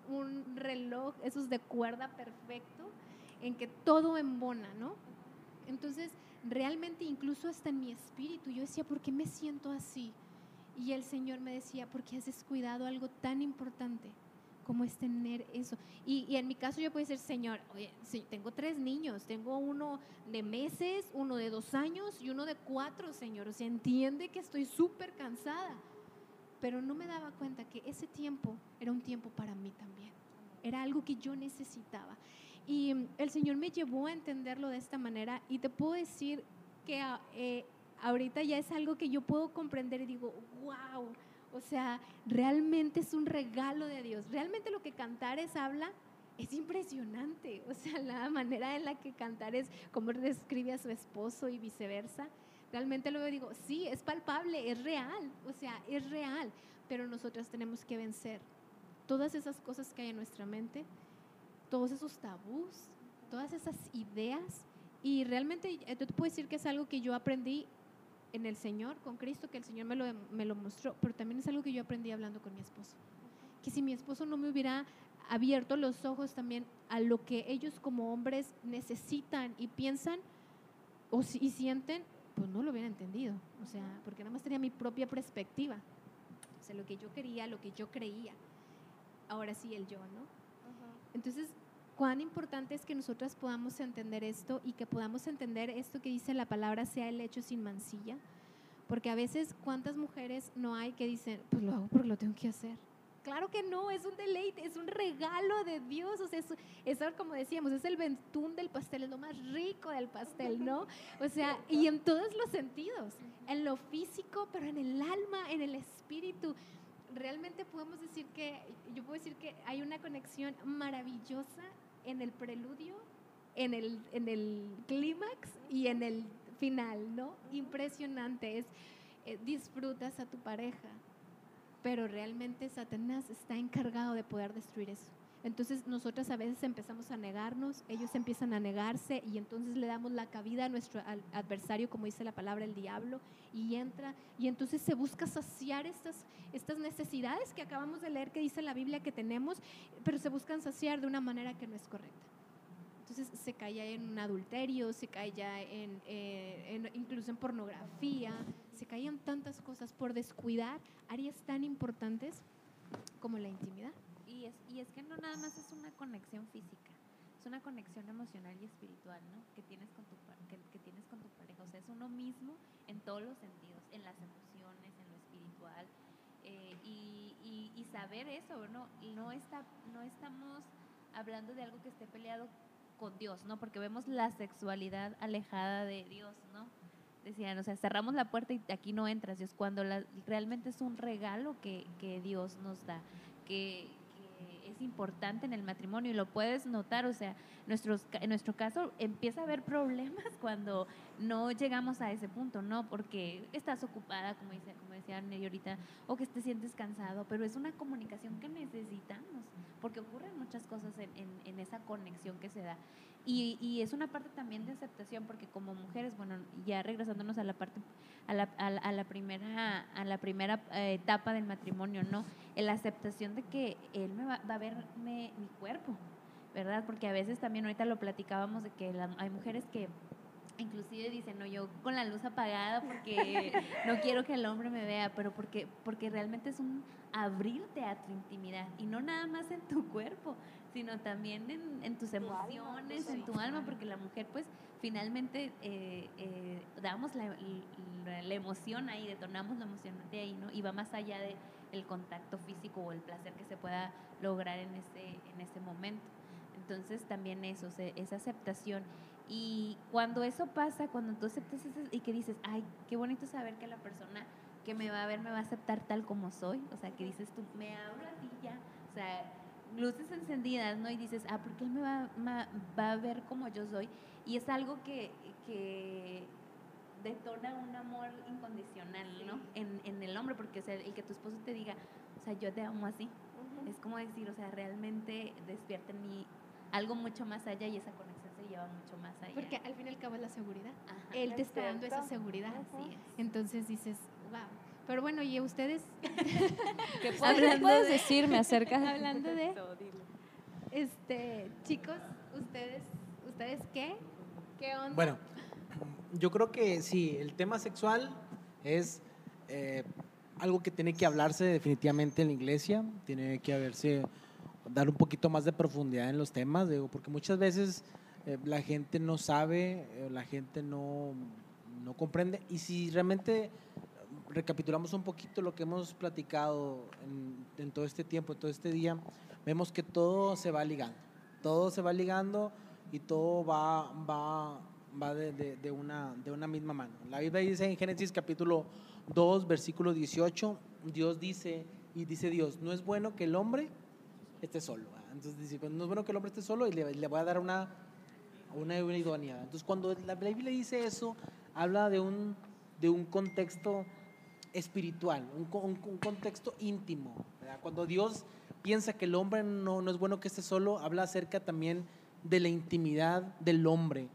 reloj, esos de cuerda perfecto, en que todo embona, ¿no? Entonces, realmente incluso hasta en mi espíritu, yo decía: ¿por qué me siento así? Y el Señor me decía: porque has descuidado algo tan importante como es tener eso. Y en mi caso yo puedo decir: Señor, oye, sí, tengo 3 niños, tengo uno de meses, uno de 2 años y uno de 4, Señor. O sea, entiende que estoy súper cansada. Pero no me daba cuenta que ese tiempo era un tiempo para mí también. Era algo que yo necesitaba. Y el Señor me llevó a entenderlo de esta manera, y te puedo decir que ahorita ya es algo que yo puedo comprender y digo: wow. O sea, realmente es un regalo de Dios. Realmente lo que Cantares habla es impresionante. O sea, la manera en la que Cantares, como describe a su esposo y viceversa, realmente luego digo: sí, es palpable, es real. O sea, es real. Pero nosotras tenemos que vencer todas esas cosas que hay en nuestra mente, todos esos tabús, todas esas ideas. Y realmente yo te puedo decir que es algo que yo aprendí en el Señor, con Cristo, que el Señor me lo mostró, pero también es algo que yo aprendí hablando con mi esposo. Que si mi esposo no me hubiera abierto los ojos también a lo que ellos como hombres necesitan y piensan y sienten, pues no lo hubiera entendido, o sea, porque nada más tenía mi propia perspectiva, o sea, lo que yo quería, lo que yo creía, ahora sí el yo, ¿no? Entonces, cuán importante es que nosotras podamos entender esto y que podamos entender esto que dice la palabra, sea el hecho sin mancilla, porque a veces cuántas mujeres no hay que dicen, pues lo hago porque lo tengo que hacer. Claro que no, es un deleite, es un regalo de Dios, o sea, es como decíamos, es el betún del pastel, es lo más rico del pastel, ¿no? O sea, y en todos los sentidos, en lo físico, pero en el alma, en el espíritu. Realmente podemos decir que, yo puedo decir que hay una conexión maravillosa en el preludio, en el clímax y en el final, ¿no? Impresionante, disfrutas a tu pareja, pero realmente Satanás está encargado de poder destruir eso. Entonces nosotras a veces empezamos a negarnos, ellos empiezan a negarse y entonces le damos la cabida a nuestro adversario, como dice la palabra, el diablo, y entra y entonces se busca saciar estas necesidades que acabamos de leer que dice la Biblia que tenemos, pero se buscan saciar de una manera que no es correcta. Entonces se cae ya en un adulterio, se cae ya incluso en pornografía, se cae en tantas cosas por descuidar áreas tan importantes como la intimidad. Y es que no nada más es una conexión física, es una conexión emocional y espiritual, ¿no? Que tienes con que tienes con tu pareja. O sea, es uno mismo en todos los sentidos, en las emociones, en lo espiritual. Y saber eso, ¿no? No estamos hablando de algo que esté peleado con Dios, ¿no? Porque vemos la sexualidad alejada de Dios, ¿no? Decían, o sea, cerramos la puerta y aquí no entras, Dios, cuando realmente es un regalo que Dios nos da, que es importante en el matrimonio y lo puedes notar, o sea, en nuestro caso empieza a haber problemas cuando no llegamos a ese punto, ¿no? Porque estás ocupada, como decía Neri ahorita, o que te sientes cansado, pero es una comunicación que necesitamos, porque ocurren muchas cosas en esa conexión que se da. Y es una parte también de aceptación, porque como mujeres, bueno, ya regresándonos a la parte, a la primera etapa del matrimonio, ¿no? La aceptación de que él va a ver mi cuerpo, ¿verdad? Porque a veces también ahorita lo platicábamos de que hay mujeres que inclusive dicen, no, yo con la luz apagada porque no quiero que el hombre me vea, pero porque realmente es un abrirte a tu intimidad y no nada más en tu cuerpo, sino también en tus emociones, en tu alma, porque la mujer pues finalmente damos la emoción ahí, detonamos la emoción de ahí, ¿no? Y va más allá del contacto físico o el placer que se pueda lograr en ese momento. Entonces también eso, esa aceptación. Y cuando eso pasa, cuando tú aceptas eso y que dices, ay, qué bonito saber que la persona que me va a ver me va a aceptar tal como soy, o sea, que dices tú, me hablo a ti ya, o sea, luces encendidas, ¿no? Y dices, porque él me va a ver como yo soy, y es algo que detona un amor incondicional, ¿no? En el hombre, porque, o sea, el que tu esposo te diga, o sea, yo te amo así, es como decir, o sea, realmente despierta en mí algo mucho más allá y esa conexión se lleva mucho más allá. Porque al fin y al cabo es la seguridad. Ajá. Él te está dando esa seguridad. Así es. Entonces dices, wow. Pero bueno, ¿y ustedes? ¿Qué puedes decirme acerca de hablando de chicos, ¿ustedes qué? ¿Qué onda? Bueno, yo creo que sí, el tema sexual es algo que tiene que hablarse definitivamente en la iglesia, tiene que dar un poquito más de profundidad en los temas, digo, porque muchas veces la gente no sabe, la gente no comprende, y si realmente recapitulamos un poquito lo que hemos platicado en todo este tiempo, en todo este día, vemos que todo se va ligando y todo va de una misma mano. La Biblia dice en Génesis capítulo 2, versículo 18, Dios dice, Dios, no es bueno que el hombre esté solo. Entonces dice, no es bueno que el hombre esté solo y le voy a dar una idónea. Entonces cuando la Biblia dice eso, habla de un contexto espiritual, un contexto íntimo, ¿verdad? Cuando Dios piensa que el hombre no es bueno que esté solo, habla acerca también de la intimidad del hombre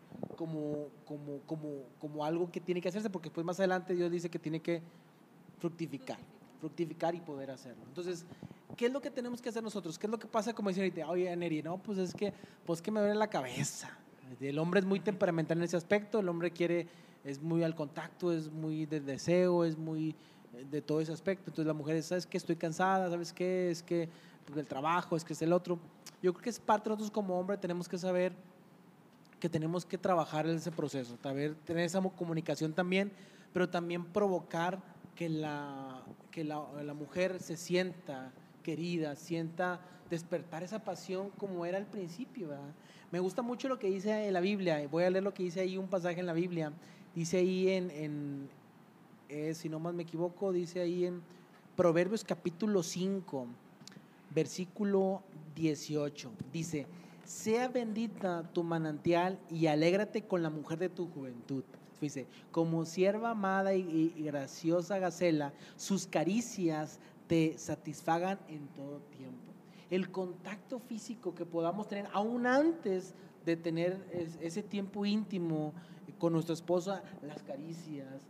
como algo que tiene que hacerse, porque después más adelante Dios dice que tiene que fructificar y poder hacerlo. Entonces, ¿qué es lo que tenemos que hacer nosotros? ¿Qué es lo que pasa? Como dice ahorita, oye, Neri, no, pues que me duele la cabeza. El hombre es muy temperamental en ese aspecto, el hombre quiere es muy al contacto, es muy de deseo, es muy de todo ese aspecto. Entonces la mujer es, ¿sabes qué? Estoy cansada, ¿sabes qué? Es que el trabajo, es que es el otro. Yo creo que es parte de nosotros como hombre, tenemos que saber que tenemos que trabajar en ese proceso, tener esa comunicación también, pero también provocar que la mujer se sienta querida, sienta despertar esa pasión como era al principio, ¿verdad? Me gusta mucho lo que dice en la Biblia, voy a leer lo que dice ahí, un pasaje en la Biblia, dice ahí si no más me equivoco, dice ahí en Proverbios capítulo 5, versículo 18, dice: sea bendita tu manantial y alégrate con la mujer de tu juventud. Dice, como sierva amada y graciosa Gacela, sus caricias te satisfagan en todo tiempo. El contacto físico que podamos tener, aún antes de tener ese tiempo íntimo con nuestra esposa, las caricias,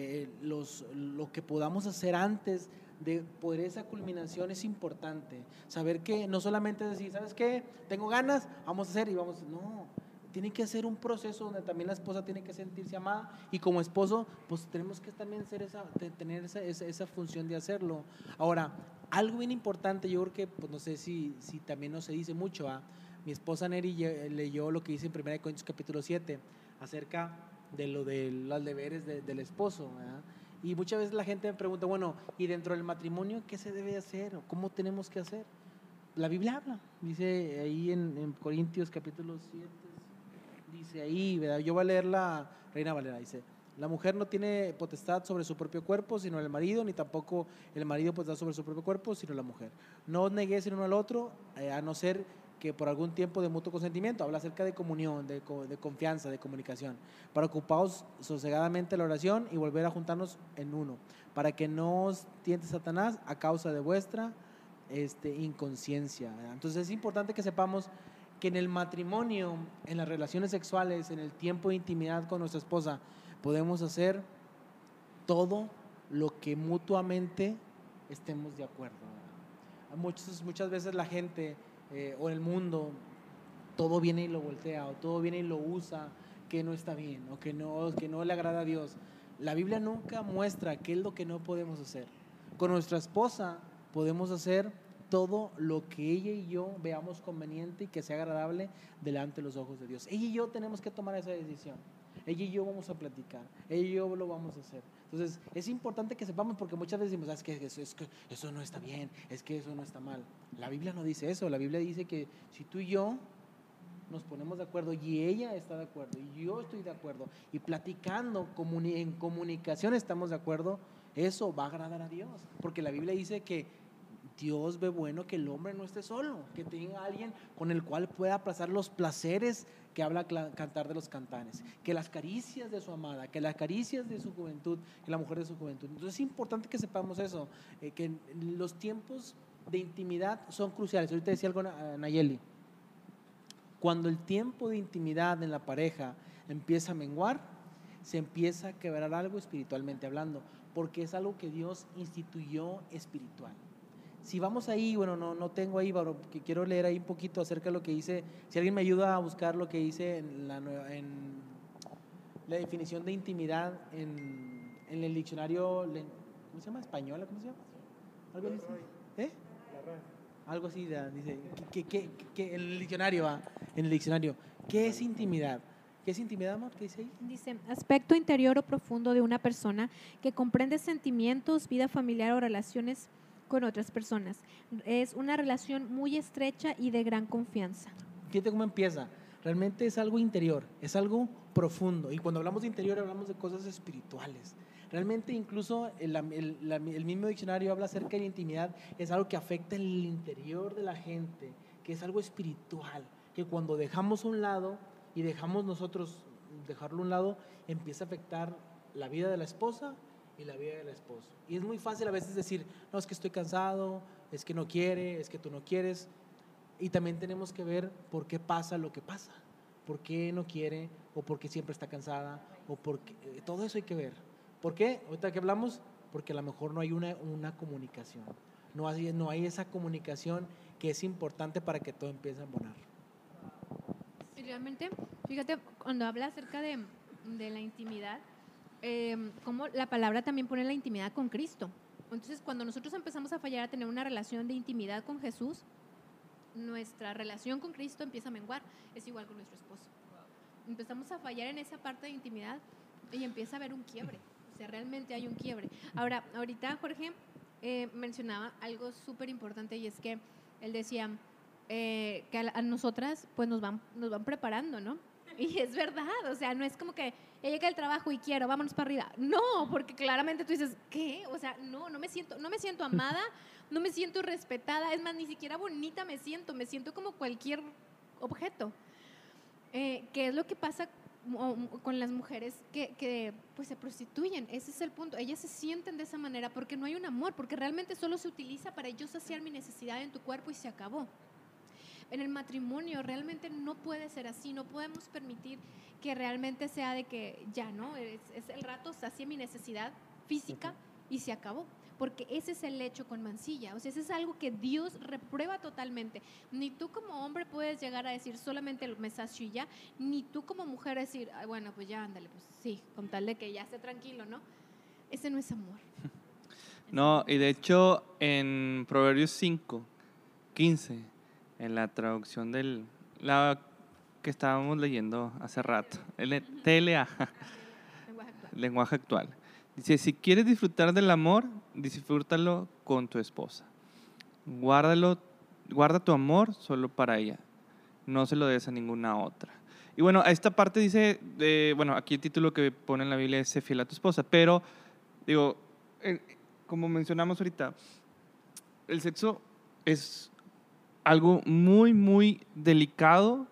lo que podamos hacer antes de poder esa culminación es importante. Saber que no solamente decir, ¿sabes qué? Tengo ganas, vamos a hacer y vamos. No, tiene que ser un proceso donde también la esposa tiene que sentirse amada y como esposo, pues tenemos que también tener esa función de hacerlo. Ahora, algo bien importante, yo creo que, pues no sé si también no se dice mucho, mi esposa Neri leyó lo que dice en 1 Corintios capítulo 7 acerca de los deberes del esposo, ¿verdad? Y muchas veces la gente me pregunta, bueno, ¿y dentro del matrimonio qué se debe hacer? ¿O cómo tenemos que hacer? La Biblia habla, dice ahí en Corintios capítulo 7, dice ahí, ¿verdad? Yo voy a leer la Reina Valera, dice: la mujer no tiene potestad sobre su propio cuerpo, sino el marido, ni tampoco el marido potestad sobre su propio cuerpo, sino la mujer. No os neguéis el uno al otro, a no ser que por algún tiempo de mutuo consentimiento. Habla acerca de comunión, de confianza, de comunicación, para ocupaos sosegadamente la oración y volver a juntarnos en uno, para que no os tiente Satanás a causa de vuestra inconsciencia, ¿verdad? Entonces es importante que sepamos que en el matrimonio, en las relaciones sexuales, en el tiempo de intimidad con nuestra esposa, podemos hacer todo lo que mutuamente estemos de acuerdo, ¿verdad? Muchas veces la gente o el mundo, todo viene y lo voltea, o todo viene y lo usa que no está bien, o que no le agrada a Dios. La Biblia nunca muestra qué es lo que no podemos hacer. Con nuestra esposa podemos hacer todo lo que ella y yo veamos conveniente y que sea agradable delante de los ojos de Dios. Ella y yo tenemos que tomar esa decisión. Ella y yo vamos a platicar, ella y yo lo vamos a hacer. Entonces es importante que sepamos, porque muchas veces decimos, es que eso no está bien, es que eso no está mal. La Biblia no dice eso. La Biblia dice que si tú y yo nos ponemos de acuerdo y ella está de acuerdo y yo estoy de acuerdo y platicando en comunicación estamos de acuerdo, eso va a agradar a Dios, porque la Biblia dice que Dios ve bueno que el hombre no esté solo, que tenga alguien con el cual pueda pasar los placeres que habla Cantar de los Cantares, que las caricias de su amada, que las caricias de su juventud, que la mujer de su juventud. Entonces es importante que sepamos eso, que los tiempos de intimidad son cruciales. Ahorita decía algo Nayeli, cuando el tiempo de intimidad en la pareja empieza a menguar, se empieza a quebrar algo espiritualmente hablando, porque es algo que Dios instituyó espiritual. Si vamos ahí, bueno, no tengo ahí, pero que quiero leer ahí un poquito acerca de lo que dice, si alguien me ayuda a buscar lo que dice en la definición de intimidad en el diccionario, ¿cómo se llama? ¿Española? ¿Cómo se llama? ¿Algo dice? Algo así, dice, que en el diccionario, ¿qué es intimidad? ¿Qué es intimidad, amor? ¿Qué dice ahí? Dice, aspecto interior o profundo de una persona que comprende sentimientos, vida familiar o relaciones con otras personas. Es una relación muy estrecha y de gran confianza. Fíjate cómo empieza. Realmente es algo interior, es algo profundo. Y cuando hablamos de interior hablamos de cosas espirituales. Realmente incluso el mismo diccionario habla acerca de la intimidad, es algo que afecta el interior de la gente, que es algo espiritual, que cuando dejamos a un lado y dejamos nosotros dejarlo a un lado, empieza a afectar la vida de la esposa y la vida del esposo. Y es muy fácil a veces decir, no, es que estoy cansado, es que no quiere, es que tú no quieres. Y también tenemos que ver por qué pasa lo que pasa, por qué no quiere, o por qué siempre está cansada, o porque todo eso hay que ver. ¿Por qué? Ahorita que hablamos, porque a lo mejor no hay una comunicación, no hay esa comunicación que es importante para que todo empiece a embonar. Y realmente, fíjate, cuando habla acerca de la intimidad, cómo la palabra también pone la intimidad con Cristo. Entonces, cuando nosotros empezamos a fallar a tener una relación de intimidad con Jesús, nuestra relación con Cristo empieza a menguar. Es igual con nuestro esposo. Empezamos a fallar en esa parte de intimidad y empieza a haber un quiebre. O sea, realmente hay un quiebre. Ahora, ahorita Jorge mencionaba algo súper importante, y es que él decía que a nosotras pues nos van preparando, ¿no? Y es verdad, o sea, no es como que ya llega el trabajo y quiero, vámonos para arriba. No, porque claramente tú dices, ¿qué? O sea, no me siento amada, no me siento respetada, es más, ni siquiera bonita me siento como cualquier objeto. ¿Qué es lo que pasa con las mujeres que pues se prostituyen? Ese es el punto. Ellas se sienten de esa manera porque no hay un amor, porque realmente solo se utiliza para yo saciar mi necesidad en tu cuerpo y se acabó. En el matrimonio realmente no puede ser así, no podemos permitir que realmente sea de que ya, ¿no? Es el rato, sacié mi necesidad física y se acabó. Porque ese es el hecho con mancilla, o sea, ese es algo que Dios reprueba totalmente. Ni tú como hombre puedes llegar a decir solamente me sacio y ya, ni tú como mujer decir, ay, bueno, pues ya, ándale, pues sí, con tal de que ya esté tranquilo, ¿no? Ese no es amor. No, y de hecho en Proverbios 5:15, en la traducción la que estábamos leyendo hace rato, el TLA, lenguaje actual. Dice, si quieres disfrutar del amor, disfrútalo con tu esposa. Guarda tu amor solo para ella. No se lo des a ninguna otra. Y bueno, a esta parte dice, aquí el título que pone en la Biblia es sé fiel a tu esposa, pero digo, como mencionamos ahorita, el sexo es algo muy, muy delicado,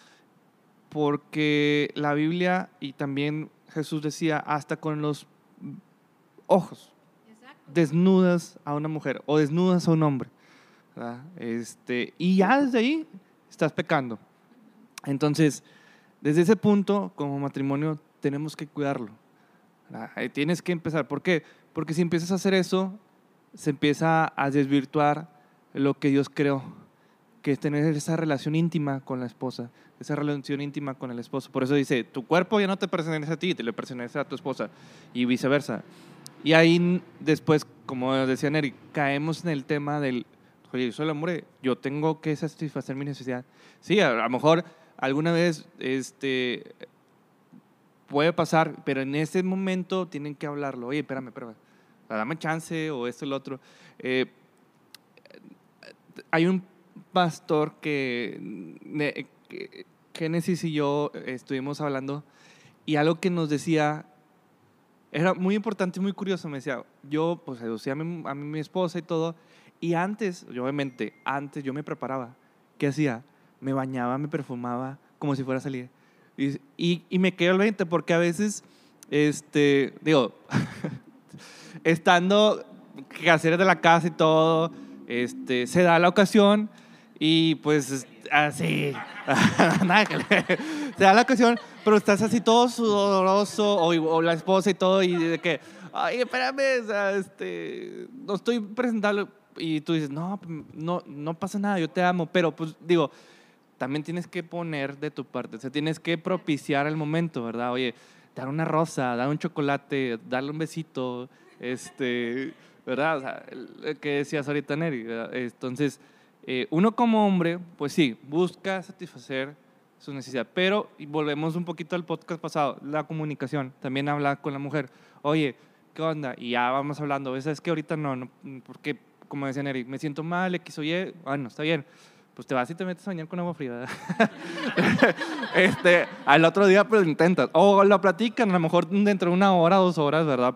porque la Biblia y también Jesús decía, hasta con los ojos, exacto, desnudas a una mujer o desnudas a un hombre, ¿verdad? Y ya desde ahí estás pecando. Entonces, desde ese punto, como matrimonio, tenemos que cuidarlo, ¿verdad? Tienes que empezar. ¿Por qué? Porque si empiezas a hacer eso, se empieza a desvirtuar lo que Dios creó, que es tener esa relación íntima con la esposa, esa relación íntima con el esposo. Por eso dice, tu cuerpo ya no te pertenece a ti, te le pertenece a tu esposa, y viceversa. Y ahí después, como decía Neri, caemos en el tema del, oye, yo soy el hombre, yo tengo que satisfacer mi necesidad. Sí, a lo mejor alguna vez puede pasar, pero en ese momento tienen que hablarlo. Oye, espérame, dame chance, o esto y lo otro. Hay un pastor que Génesis y yo estuvimos hablando, y algo que nos decía era muy importante y muy curioso. Me decía, yo pues seducía a mi esposa y todo, y antes yo me preparaba. ¿Qué hacía? Me bañaba, me perfumaba como si fuera a salir, y me quedó el 20, porque a veces estando quehaceres de la casa y todo, se da la ocasión y pues así se da la ocasión, pero estás así todo sudoroso, o la esposa y todo, y de que, ay, espérame, o sea, no estoy presentando, y tú dices, no pasa nada, yo te amo, pero pues digo, también tienes que poner de tu parte, o sea, tienes que propiciar el momento, ¿verdad? Oye, dar una rosa, dar un chocolate, darle un besito, ¿verdad? O sea, que decías ahorita, Neri, ¿verdad? Entonces, uno como hombre, pues sí, busca satisfacer su necesidad, pero, y volvemos un poquito al podcast pasado, la comunicación, también habla con la mujer, oye, ¿qué onda? Y ya vamos hablando, ¿sabes que ahorita no, porque, como decía Neri, me siento mal, X o Y, bueno, está bien, pues te vas y te metes a bañar con agua fría, al otro día pues lo intentas, o lo platican, a lo mejor dentro de 1 hora, 2 horas, ¿verdad?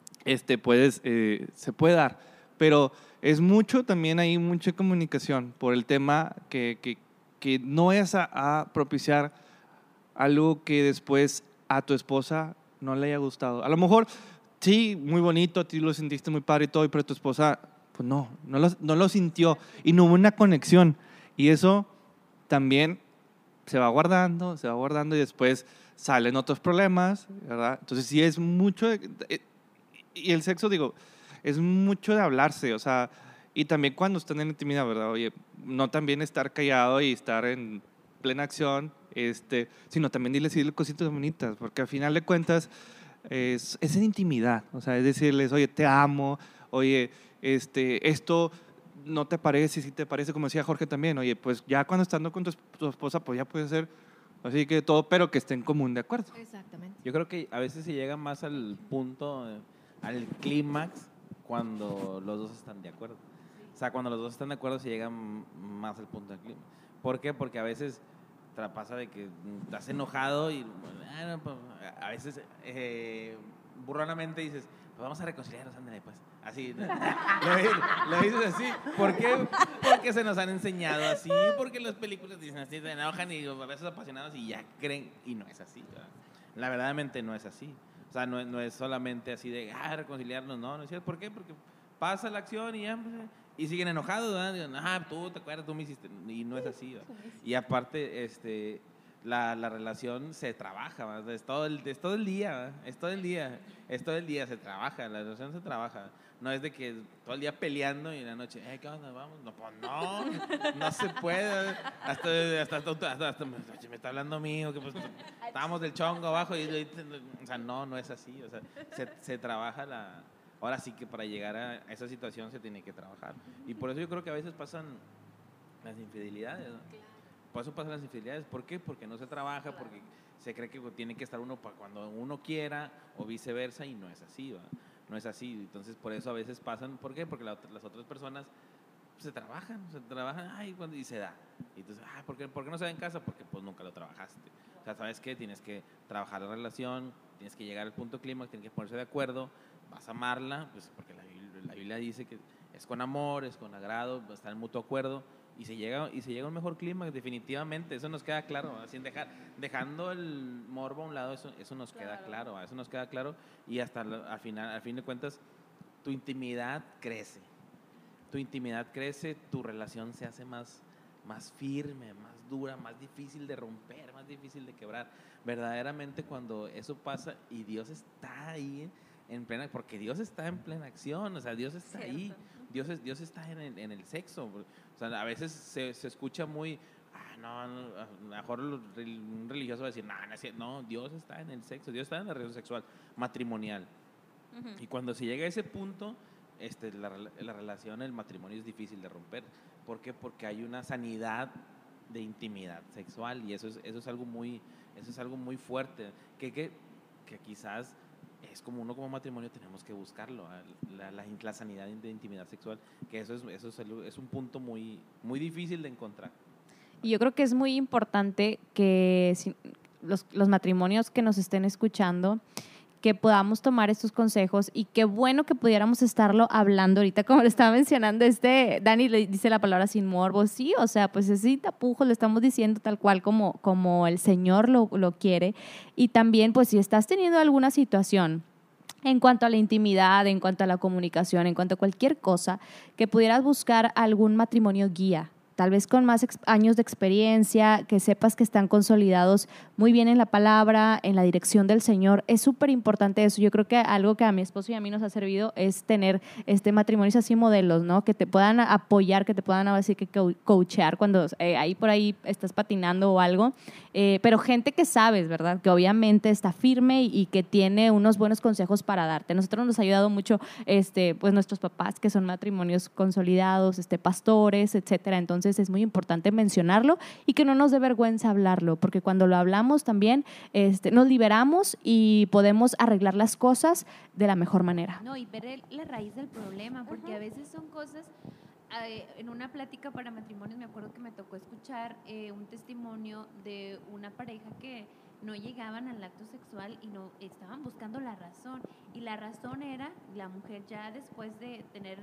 Se puede dar, pero es mucho también, hay mucha comunicación por el tema que no es a propiciar algo que después a tu esposa no le haya gustado. A lo mejor sí, muy bonito, a ti lo sentiste muy padre y todo, pero tu esposa pues no lo sintió y no hubo una conexión, y eso también se va guardando y después salen otros problemas, ¿verdad? Entonces sí es mucho y el sexo, digo, es mucho de hablarse, o sea, y también cuando están en intimidad, ¿verdad? Oye, no también estar callado y estar en plena acción, sino también decirle cositas bonitas, porque al final de cuentas, es en intimidad, o sea, es decirles, oye, te amo, oye, esto no te parece, si te parece, como decía Jorge también, oye, pues ya cuando estando con tu esposa, pues ya puede ser así que todo, pero que esté en común de acuerdo. Exactamente. Yo creo que a veces se llega más al punto, al clímax, cuando los dos están de acuerdo. O sea, cuando los dos están de acuerdo se llega más al punto del clímax. ¿Por qué? Porque a veces pasa de que estás enojado y pues, a veces burronamente dices, pues vamos a reconciliarnos, ándale pues. Así, lo dices así. ¿Por qué? Porque se nos han enseñado así, porque las películas dicen así, se enojan y a veces apasionados y ya creen, y no es así, ¿verdad? La verdaderamente no es así. O sea, no es solamente así de, reconciliarnos, no es cierto. ¿Por qué? Porque pasa la acción y ya, pues, y siguen enojados, ¿verdad? Digan, tú te acuerdas, tú me hiciste, y no es así, ¿verdad? Y aparte, la relación se trabaja, ¿verdad? Es todo el día, ¿verdad? Es todo el día se trabaja, la relación se trabaja. No es de que todo el día peleando y en la noche, ¿qué onda? Vamos. No, pues no se puede. Hasta me está hablando mío, que pues estábamos del chongo abajo o sea, no es así. O sea, se trabaja ahora sí que para llegar a esa situación se tiene que trabajar. Y por eso yo creo que a veces pasan las infidelidades, ¿no? Por eso pasan las infidelidades. ¿Por qué? Porque no se trabaja, porque se cree que tiene que estar uno para cuando uno quiera o viceversa y no es así, ¿verdad? No es así, entonces por eso a veces pasan. ¿Por qué? Porque las otras personas se trabajan, y se da. Y entonces, ¿por qué no se da en casa? Porque pues nunca lo trabajaste. O sea, ¿sabes qué? Tienes que trabajar la relación, tienes que llegar al punto clímax, tienes que ponerse de acuerdo, vas a amarla, pues porque la Biblia dice que es con amor, es con agrado, está en mutuo acuerdo. Y se llega a un mejor clima, definitivamente, eso nos queda claro, sin dejando el morbo a un lado, eso nos queda claro, eso nos queda claro, y hasta al fin de cuentas, tu intimidad crece, tu relación se hace más firme, más dura, más difícil de romper, más difícil de quebrar, verdaderamente cuando eso pasa y Dios está ahí porque Dios está en plena acción, o sea, Dios está ahí, Dios está en el sexo. O sea, a veces se escucha muy, a lo mejor un religioso va a decir, no, Dios está en el sexo, Dios está en la relación sexual matrimonial. Y cuando se llega a ese punto, la relación, el matrimonio es difícil de romper. ¿Por qué? Porque hay una sanidad de intimidad sexual y eso es algo muy fuerte, que quizás es como uno como matrimonio tenemos que buscarlo, la sanidad de intimidad sexual, que eso es un punto muy, muy difícil de encontrar. Y yo creo que es muy importante que los matrimonios que nos estén escuchando, que podamos tomar estos consejos y qué bueno que pudiéramos estarlo hablando ahorita, como lo estaba mencionando Dani le dice la palabra sin morbo, sí, o sea, pues es sin tapujos, lo estamos diciendo tal cual como el Señor lo quiere. Y también, pues si estás teniendo alguna situación en cuanto a la intimidad, en cuanto a la comunicación, en cuanto a cualquier cosa, que pudieras buscar algún matrimonio guía, tal vez con más años de experiencia, que sepas que están consolidados muy bien en la palabra, en la dirección del Señor. Es súper importante eso. Yo creo que algo que a mi esposo y a mí nos ha servido es tener matrimonios así modelos, ¿no? Que te puedan apoyar, que te puedan así que coachear cuando ahí por ahí estás patinando o algo. Pero gente que sabes, ¿verdad? Que obviamente está firme y que tiene unos buenos consejos para darte. Nosotros nos ha ayudado mucho pues nuestros papás, que son matrimonios consolidados, pastores, etcétera. Entonces es muy importante mencionarlo y que no nos dé vergüenza hablarlo, porque cuando lo hablamos también nos liberamos y podemos arreglar las cosas de la mejor manera. No, y ver la raíz del problema, porque a veces son cosas. En una plática para matrimonios me acuerdo que me tocó escuchar un testimonio de una pareja que no llegaban al acto sexual y no estaban buscando la razón, y la razón era la mujer ya después de tener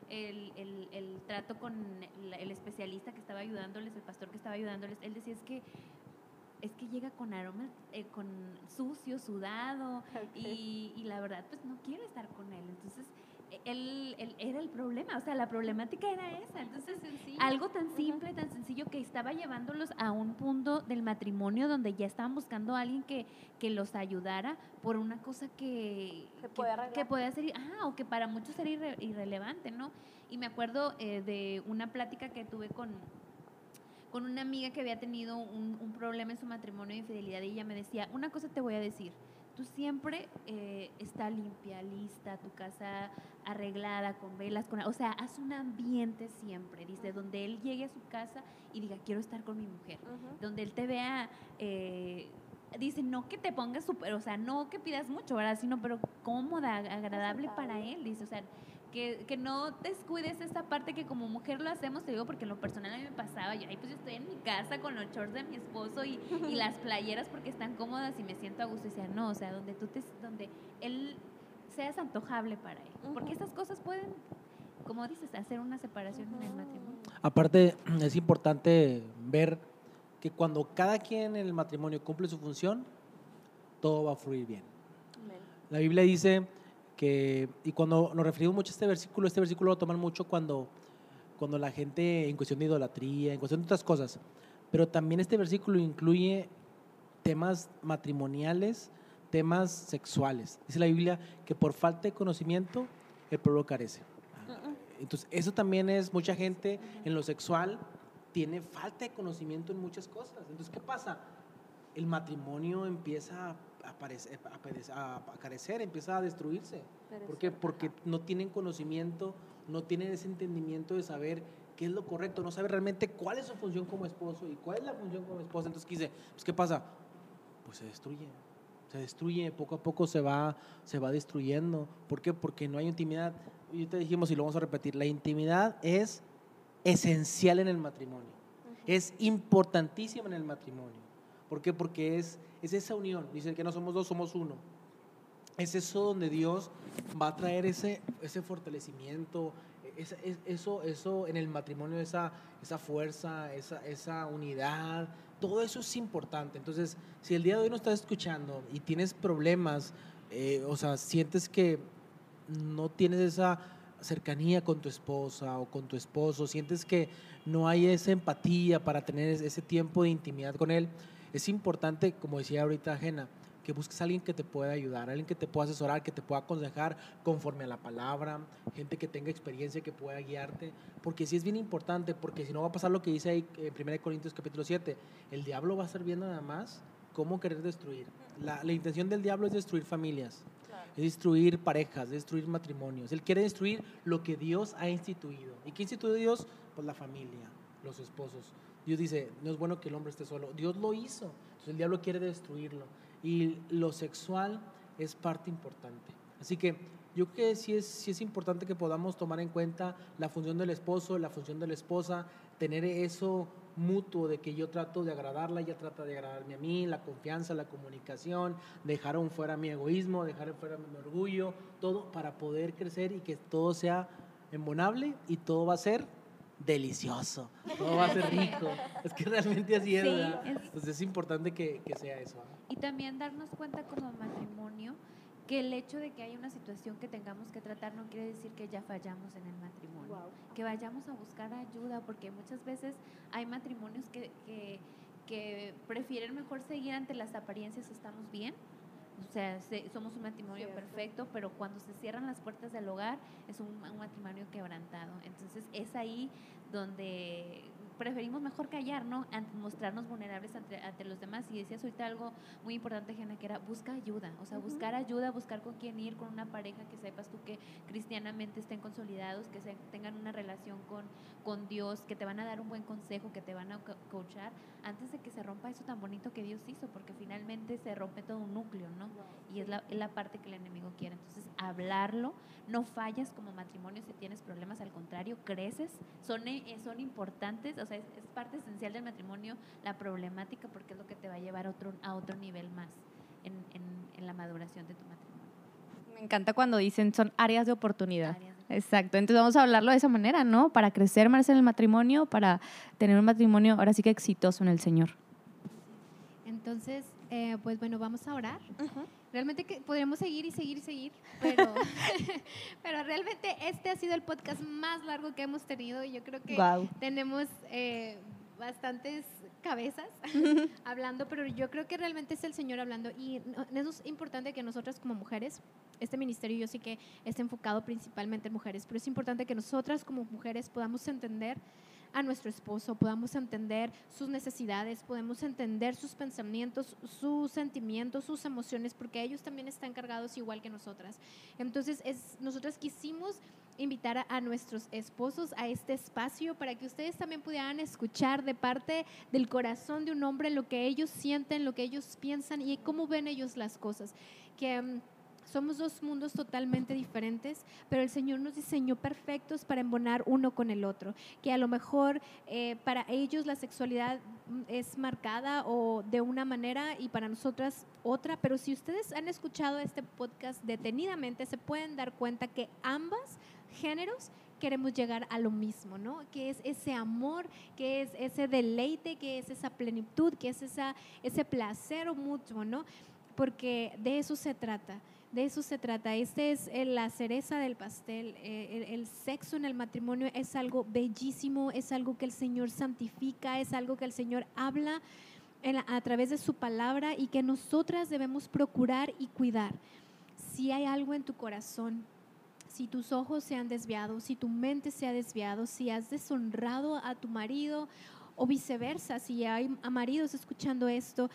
el trato con el especialista que estaba ayudándoles, el pastor que estaba ayudándoles, él decía es que llega con aroma, con sucio, sudado, okay. y la verdad pues no quiero estar con él. Entonces él era el problema, o sea, la problemática era esa. Entonces algo tan simple, tan sencillo, que estaba llevándolos a un punto del matrimonio donde ya estaban buscando a alguien que los ayudara por una cosa que puede ser, o que para muchos era irrelevante, ¿no? Y me acuerdo de una plática que tuve con una amiga que había tenido un problema en su matrimonio de infidelidad, y ella me decía, una cosa te voy a decir, tú siempre está limpia, lista, tu casa arreglada, con velas, o sea, haz un ambiente siempre, dice, donde él llegue a su casa y diga, quiero estar con mi mujer, donde él te vea, dice, no que te pongas súper, o sea, no que pidas mucho, ¿verdad? Sino, pero cómoda, agradable para él, dice, o sea, que no descuides esta parte que como mujer lo hacemos, te digo, porque en lo personal a mí me pasaba, yo estoy en mi casa con los shorts de mi esposo y las playeras porque están cómodas y me siento a gusto, y decía, no, o sea, donde él seas antojable para él, porque esas cosas pueden, como dices, hacer una separación en el matrimonio. Aparte, es importante ver que cuando cada quien en el matrimonio cumple su función, todo va a fluir bien. Amén. La Biblia dice que, y cuando nos referimos mucho a este versículo lo toman mucho cuando la gente, en cuestión de idolatría, en cuestión de otras cosas, pero también este versículo incluye temas matrimoniales, temas sexuales. Dice la Biblia que por falta de conocimiento el pueblo carece. Entonces, eso también es, mucha gente en lo sexual tiene falta de conocimiento en muchas cosas. Entonces, ¿qué pasa? El matrimonio empieza a carecer, empieza a destruirse. ¿Por qué? Porque no tienen conocimiento, no tienen ese entendimiento de saber qué es lo correcto, no saben realmente cuál es su función como esposo y cuál es la función como esposa. Entonces, ¿qué dice? Pues, ¿qué pasa? Pues se destruye, poco a poco se va destruyendo. ¿Por qué? Porque no hay intimidad. Y te dijimos y lo vamos a repetir, la intimidad es esencial en el matrimonio, es importantísima en el matrimonio. ¿Por qué? Porque es esa unión, dice que no somos dos, somos uno. Es eso donde Dios va a traer ese fortalecimiento, eso en el matrimonio, esa fuerza, esa unidad, todo eso es importante. Entonces, si el día de hoy nos estás escuchando y tienes problemas, o sea, sientes que no tienes esa cercanía con tu esposa o con tu esposo, sientes que no hay esa empatía para tener ese tiempo de intimidad con él, es importante, como decía ahorita Jena, que busques a alguien que te pueda ayudar, alguien que te pueda asesorar, que te pueda aconsejar conforme a la palabra, gente que tenga experiencia, que pueda guiarte, porque sí es bien importante, porque si no va a pasar lo que dice ahí en 1 Corintios capítulo 7, el diablo va a estar viendo nada más cómo querer destruir. La intención del diablo es destruir familias, es destruir parejas, es destruir matrimonios. Él quiere destruir lo que Dios ha instituido. ¿Y qué instituyó Dios? Pues la familia, los esposos. Dios dice, no es bueno que el hombre esté solo. Dios lo hizo, entonces el diablo quiere destruirlo. Y lo sexual es parte importante. Así que yo creo que sí es importante que podamos tomar en cuenta la función del esposo, la función de la esposa, tener eso mutuo de que yo trato de agradarla, ella trata de agradarme a mí, la confianza, la comunicación, dejar aún fuera mi egoísmo, dejar fuera mi orgullo, todo para poder crecer y que todo sea embonable y todo va a ser delicioso, todo va a ser rico. Es que realmente así es, Sí, ¿verdad? Entonces es importante que sea eso, ¿verdad? Y también darnos cuenta como matrimonio que el hecho de que haya una situación que tengamos que tratar no quiere decir que ya fallamos en el matrimonio, que vayamos a buscar ayuda, porque muchas veces hay matrimonios que prefieren mejor seguir ante las apariencias, estamos bien, o sea, somos un matrimonio perfecto, pero cuando se cierran las puertas del hogar es un matrimonio quebrantado. Entonces es ahí donde preferimos mejor callar, ¿no? Mostrarnos vulnerables ante los demás. Y decías ahorita algo muy importante, Jena, que era busca ayuda, o sea, buscar ayuda, buscar con quién ir, con una pareja que sepas tú que cristianamente estén consolidados, que tengan una relación con Dios, que te van a dar un buen consejo, que te van a coachar, antes de que se rompa eso tan bonito que Dios hizo, porque finalmente se rompe todo un núcleo, ¿no? Y es la parte que el enemigo quiere. Entonces, hablarlo, no fallas como matrimonio si tienes problemas, al contrario, creces, son importantes, o sea, es parte esencial del matrimonio la problemática, porque es lo que te va a llevar a otro nivel más en la maduración de tu matrimonio. Me encanta cuando dicen son áreas de oportunidad. Áreas Exacto, entonces vamos a hablarlo de esa manera, ¿no? Para crecer más en el matrimonio, para tener un matrimonio ahora sí que exitoso en el Señor. Entonces, pues bueno, vamos a orar. Realmente que podríamos seguir, pero, pero realmente este ha sido el podcast más largo que hemos tenido y yo creo que tenemos bastantes cabezas hablando, pero yo creo que realmente es el Señor hablando y es importante que nosotras como mujeres, este ministerio yo sé que está enfocado principalmente en mujeres, pero es importante que nosotras como mujeres podamos entender a nuestro esposo, podamos entender sus necesidades, podemos entender sus pensamientos, sus sentimientos, sus emociones, porque ellos también están cargados igual que nosotras. Entonces, nosotras quisimos invitar a nuestros esposos a este espacio para que ustedes también pudieran escuchar de parte del corazón de un hombre lo que ellos sienten, lo que ellos piensan y cómo ven ellos las cosas. Que somos dos mundos totalmente diferentes, pero el Señor nos diseñó perfectos para embonar uno con el otro. Que a lo mejor para ellos la sexualidad es marcada o de una manera y para nosotras otra, pero si ustedes han escuchado este podcast detenidamente, se pueden dar cuenta que ambas géneros queremos llegar a lo mismo, ¿no? Que es ese amor, que es ese deleite, que es esa plenitud, que es ese placer mutuo, ¿no? Porque de eso se trata. De eso se trata. Este es la cereza del pastel. El sexo en el matrimonio es algo bellísimo, es algo que el Señor santifica, es algo que el Señor habla a través de su palabra y que nosotras debemos procurar y cuidar. Si hay algo en tu corazón, si tus ojos se han desviado, si tu mente se ha desviado, si has deshonrado a tu marido o viceversa, si hay maridos escuchando esto,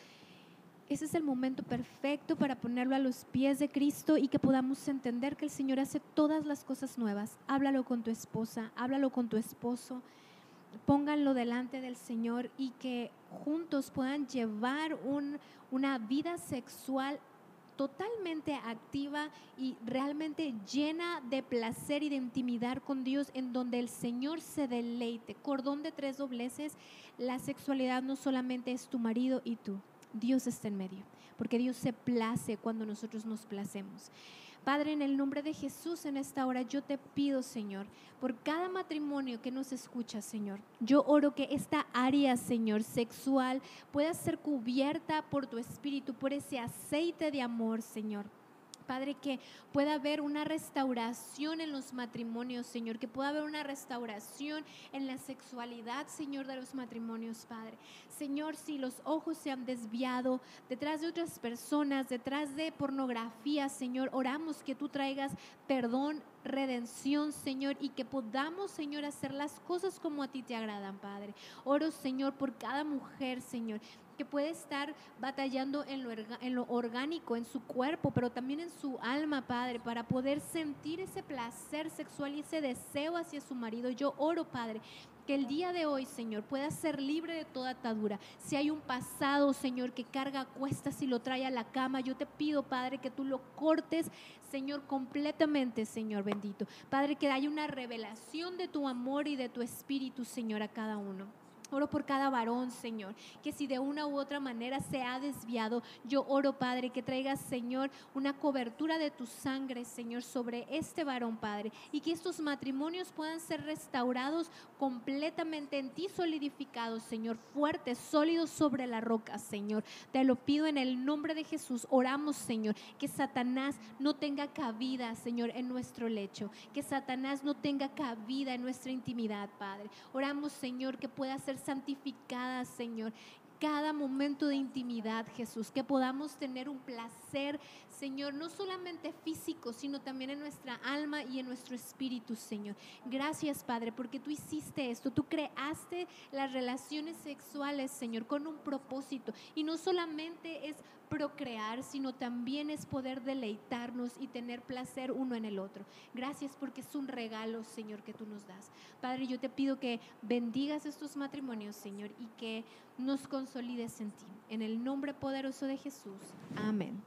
ese es el momento perfecto para ponerlo a los pies de Cristo y que podamos entender que el Señor hace todas las cosas nuevas. Háblalo con tu esposa, háblalo con tu esposo, pónganlo delante del Señor y que juntos puedan llevar una vida sexual totalmente activa y realmente llena de placer y de intimidad con Dios, en donde el Señor se deleite. Cordón de 3 dobleces, la sexualidad no solamente es tu marido y tú. Dios está en medio, porque Dios se place cuando nosotros nos placemos. Padre, en el nombre de Jesús, en esta hora yo te pido, Señor, por cada matrimonio que nos escucha, Señor, yo oro que esta área, Señor, sexual pueda ser cubierta por tu Espíritu, por ese aceite de amor, Señor. Padre, que pueda haber una restauración en los matrimonios, Señor, que pueda haber una restauración en la sexualidad, Señor, de los matrimonios, Padre. Señor, si los ojos se han desviado detrás de otras personas, detrás de pornografía, Señor, oramos que tú traigas perdón, redención, Señor, y que podamos, Señor, hacer las cosas como a ti te agradan, Padre. Oro, Señor, por cada mujer, Señor, que puede estar batallando en lo orgánico, en su cuerpo, pero también en su alma, Padre, para poder sentir ese placer sexual y ese deseo hacia su marido. Yo oro, Padre, que el día de hoy, Señor, pueda ser libre de toda atadura. Si hay un pasado, Señor, que carga a cuestas y lo trae a la cama, yo te pido, Padre, que tú lo cortes, Señor, completamente, Señor bendito. Padre, que haya una revelación de tu amor y de tu espíritu, Señor, a cada uno. Oro por cada varón, Señor, que si de una u otra manera se ha desviado, yo oro, Padre, que traigas, Señor, una cobertura de tu sangre, Señor, sobre este varón, Padre, y que estos matrimonios puedan ser restaurados completamente en ti, solidificados, Señor, fuertes, sólidos sobre la roca, Señor. Te lo pido en el nombre de Jesús. Oramos, Señor, que Satanás no tenga cabida, Señor, en nuestro lecho, que Satanás no tenga cabida en nuestra intimidad, Padre. Oramos, Señor, que pueda ser santificada, Señor, cada momento de intimidad, Jesús, que podamos tener un placer, Señor, no solamente físico, sino también en nuestra alma y en nuestro espíritu, Señor. Gracias, Padre, porque tú hiciste esto, tú creaste las relaciones sexuales, Señor, con un propósito, y no solamente es procrear, sino también es poder deleitarnos y tener placer uno en el otro. Gracias porque es un regalo, Señor, que tú nos das. Padre, yo te pido que bendigas estos matrimonios, Señor, y que nos consolides en ti. En el nombre poderoso de Jesús. Amén.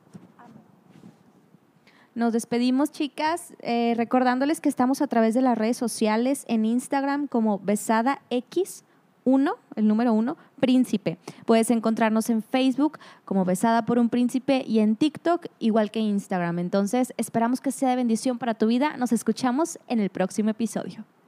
Nos despedimos, chicas, recordándoles que estamos a través de las redes sociales, en Instagram como BesadaX1, el número 1, Príncipe. Puedes encontrarnos en Facebook como Besada por un Príncipe y en TikTok igual que Instagram. Entonces, esperamos que sea de bendición para tu vida. Nos escuchamos en el próximo episodio.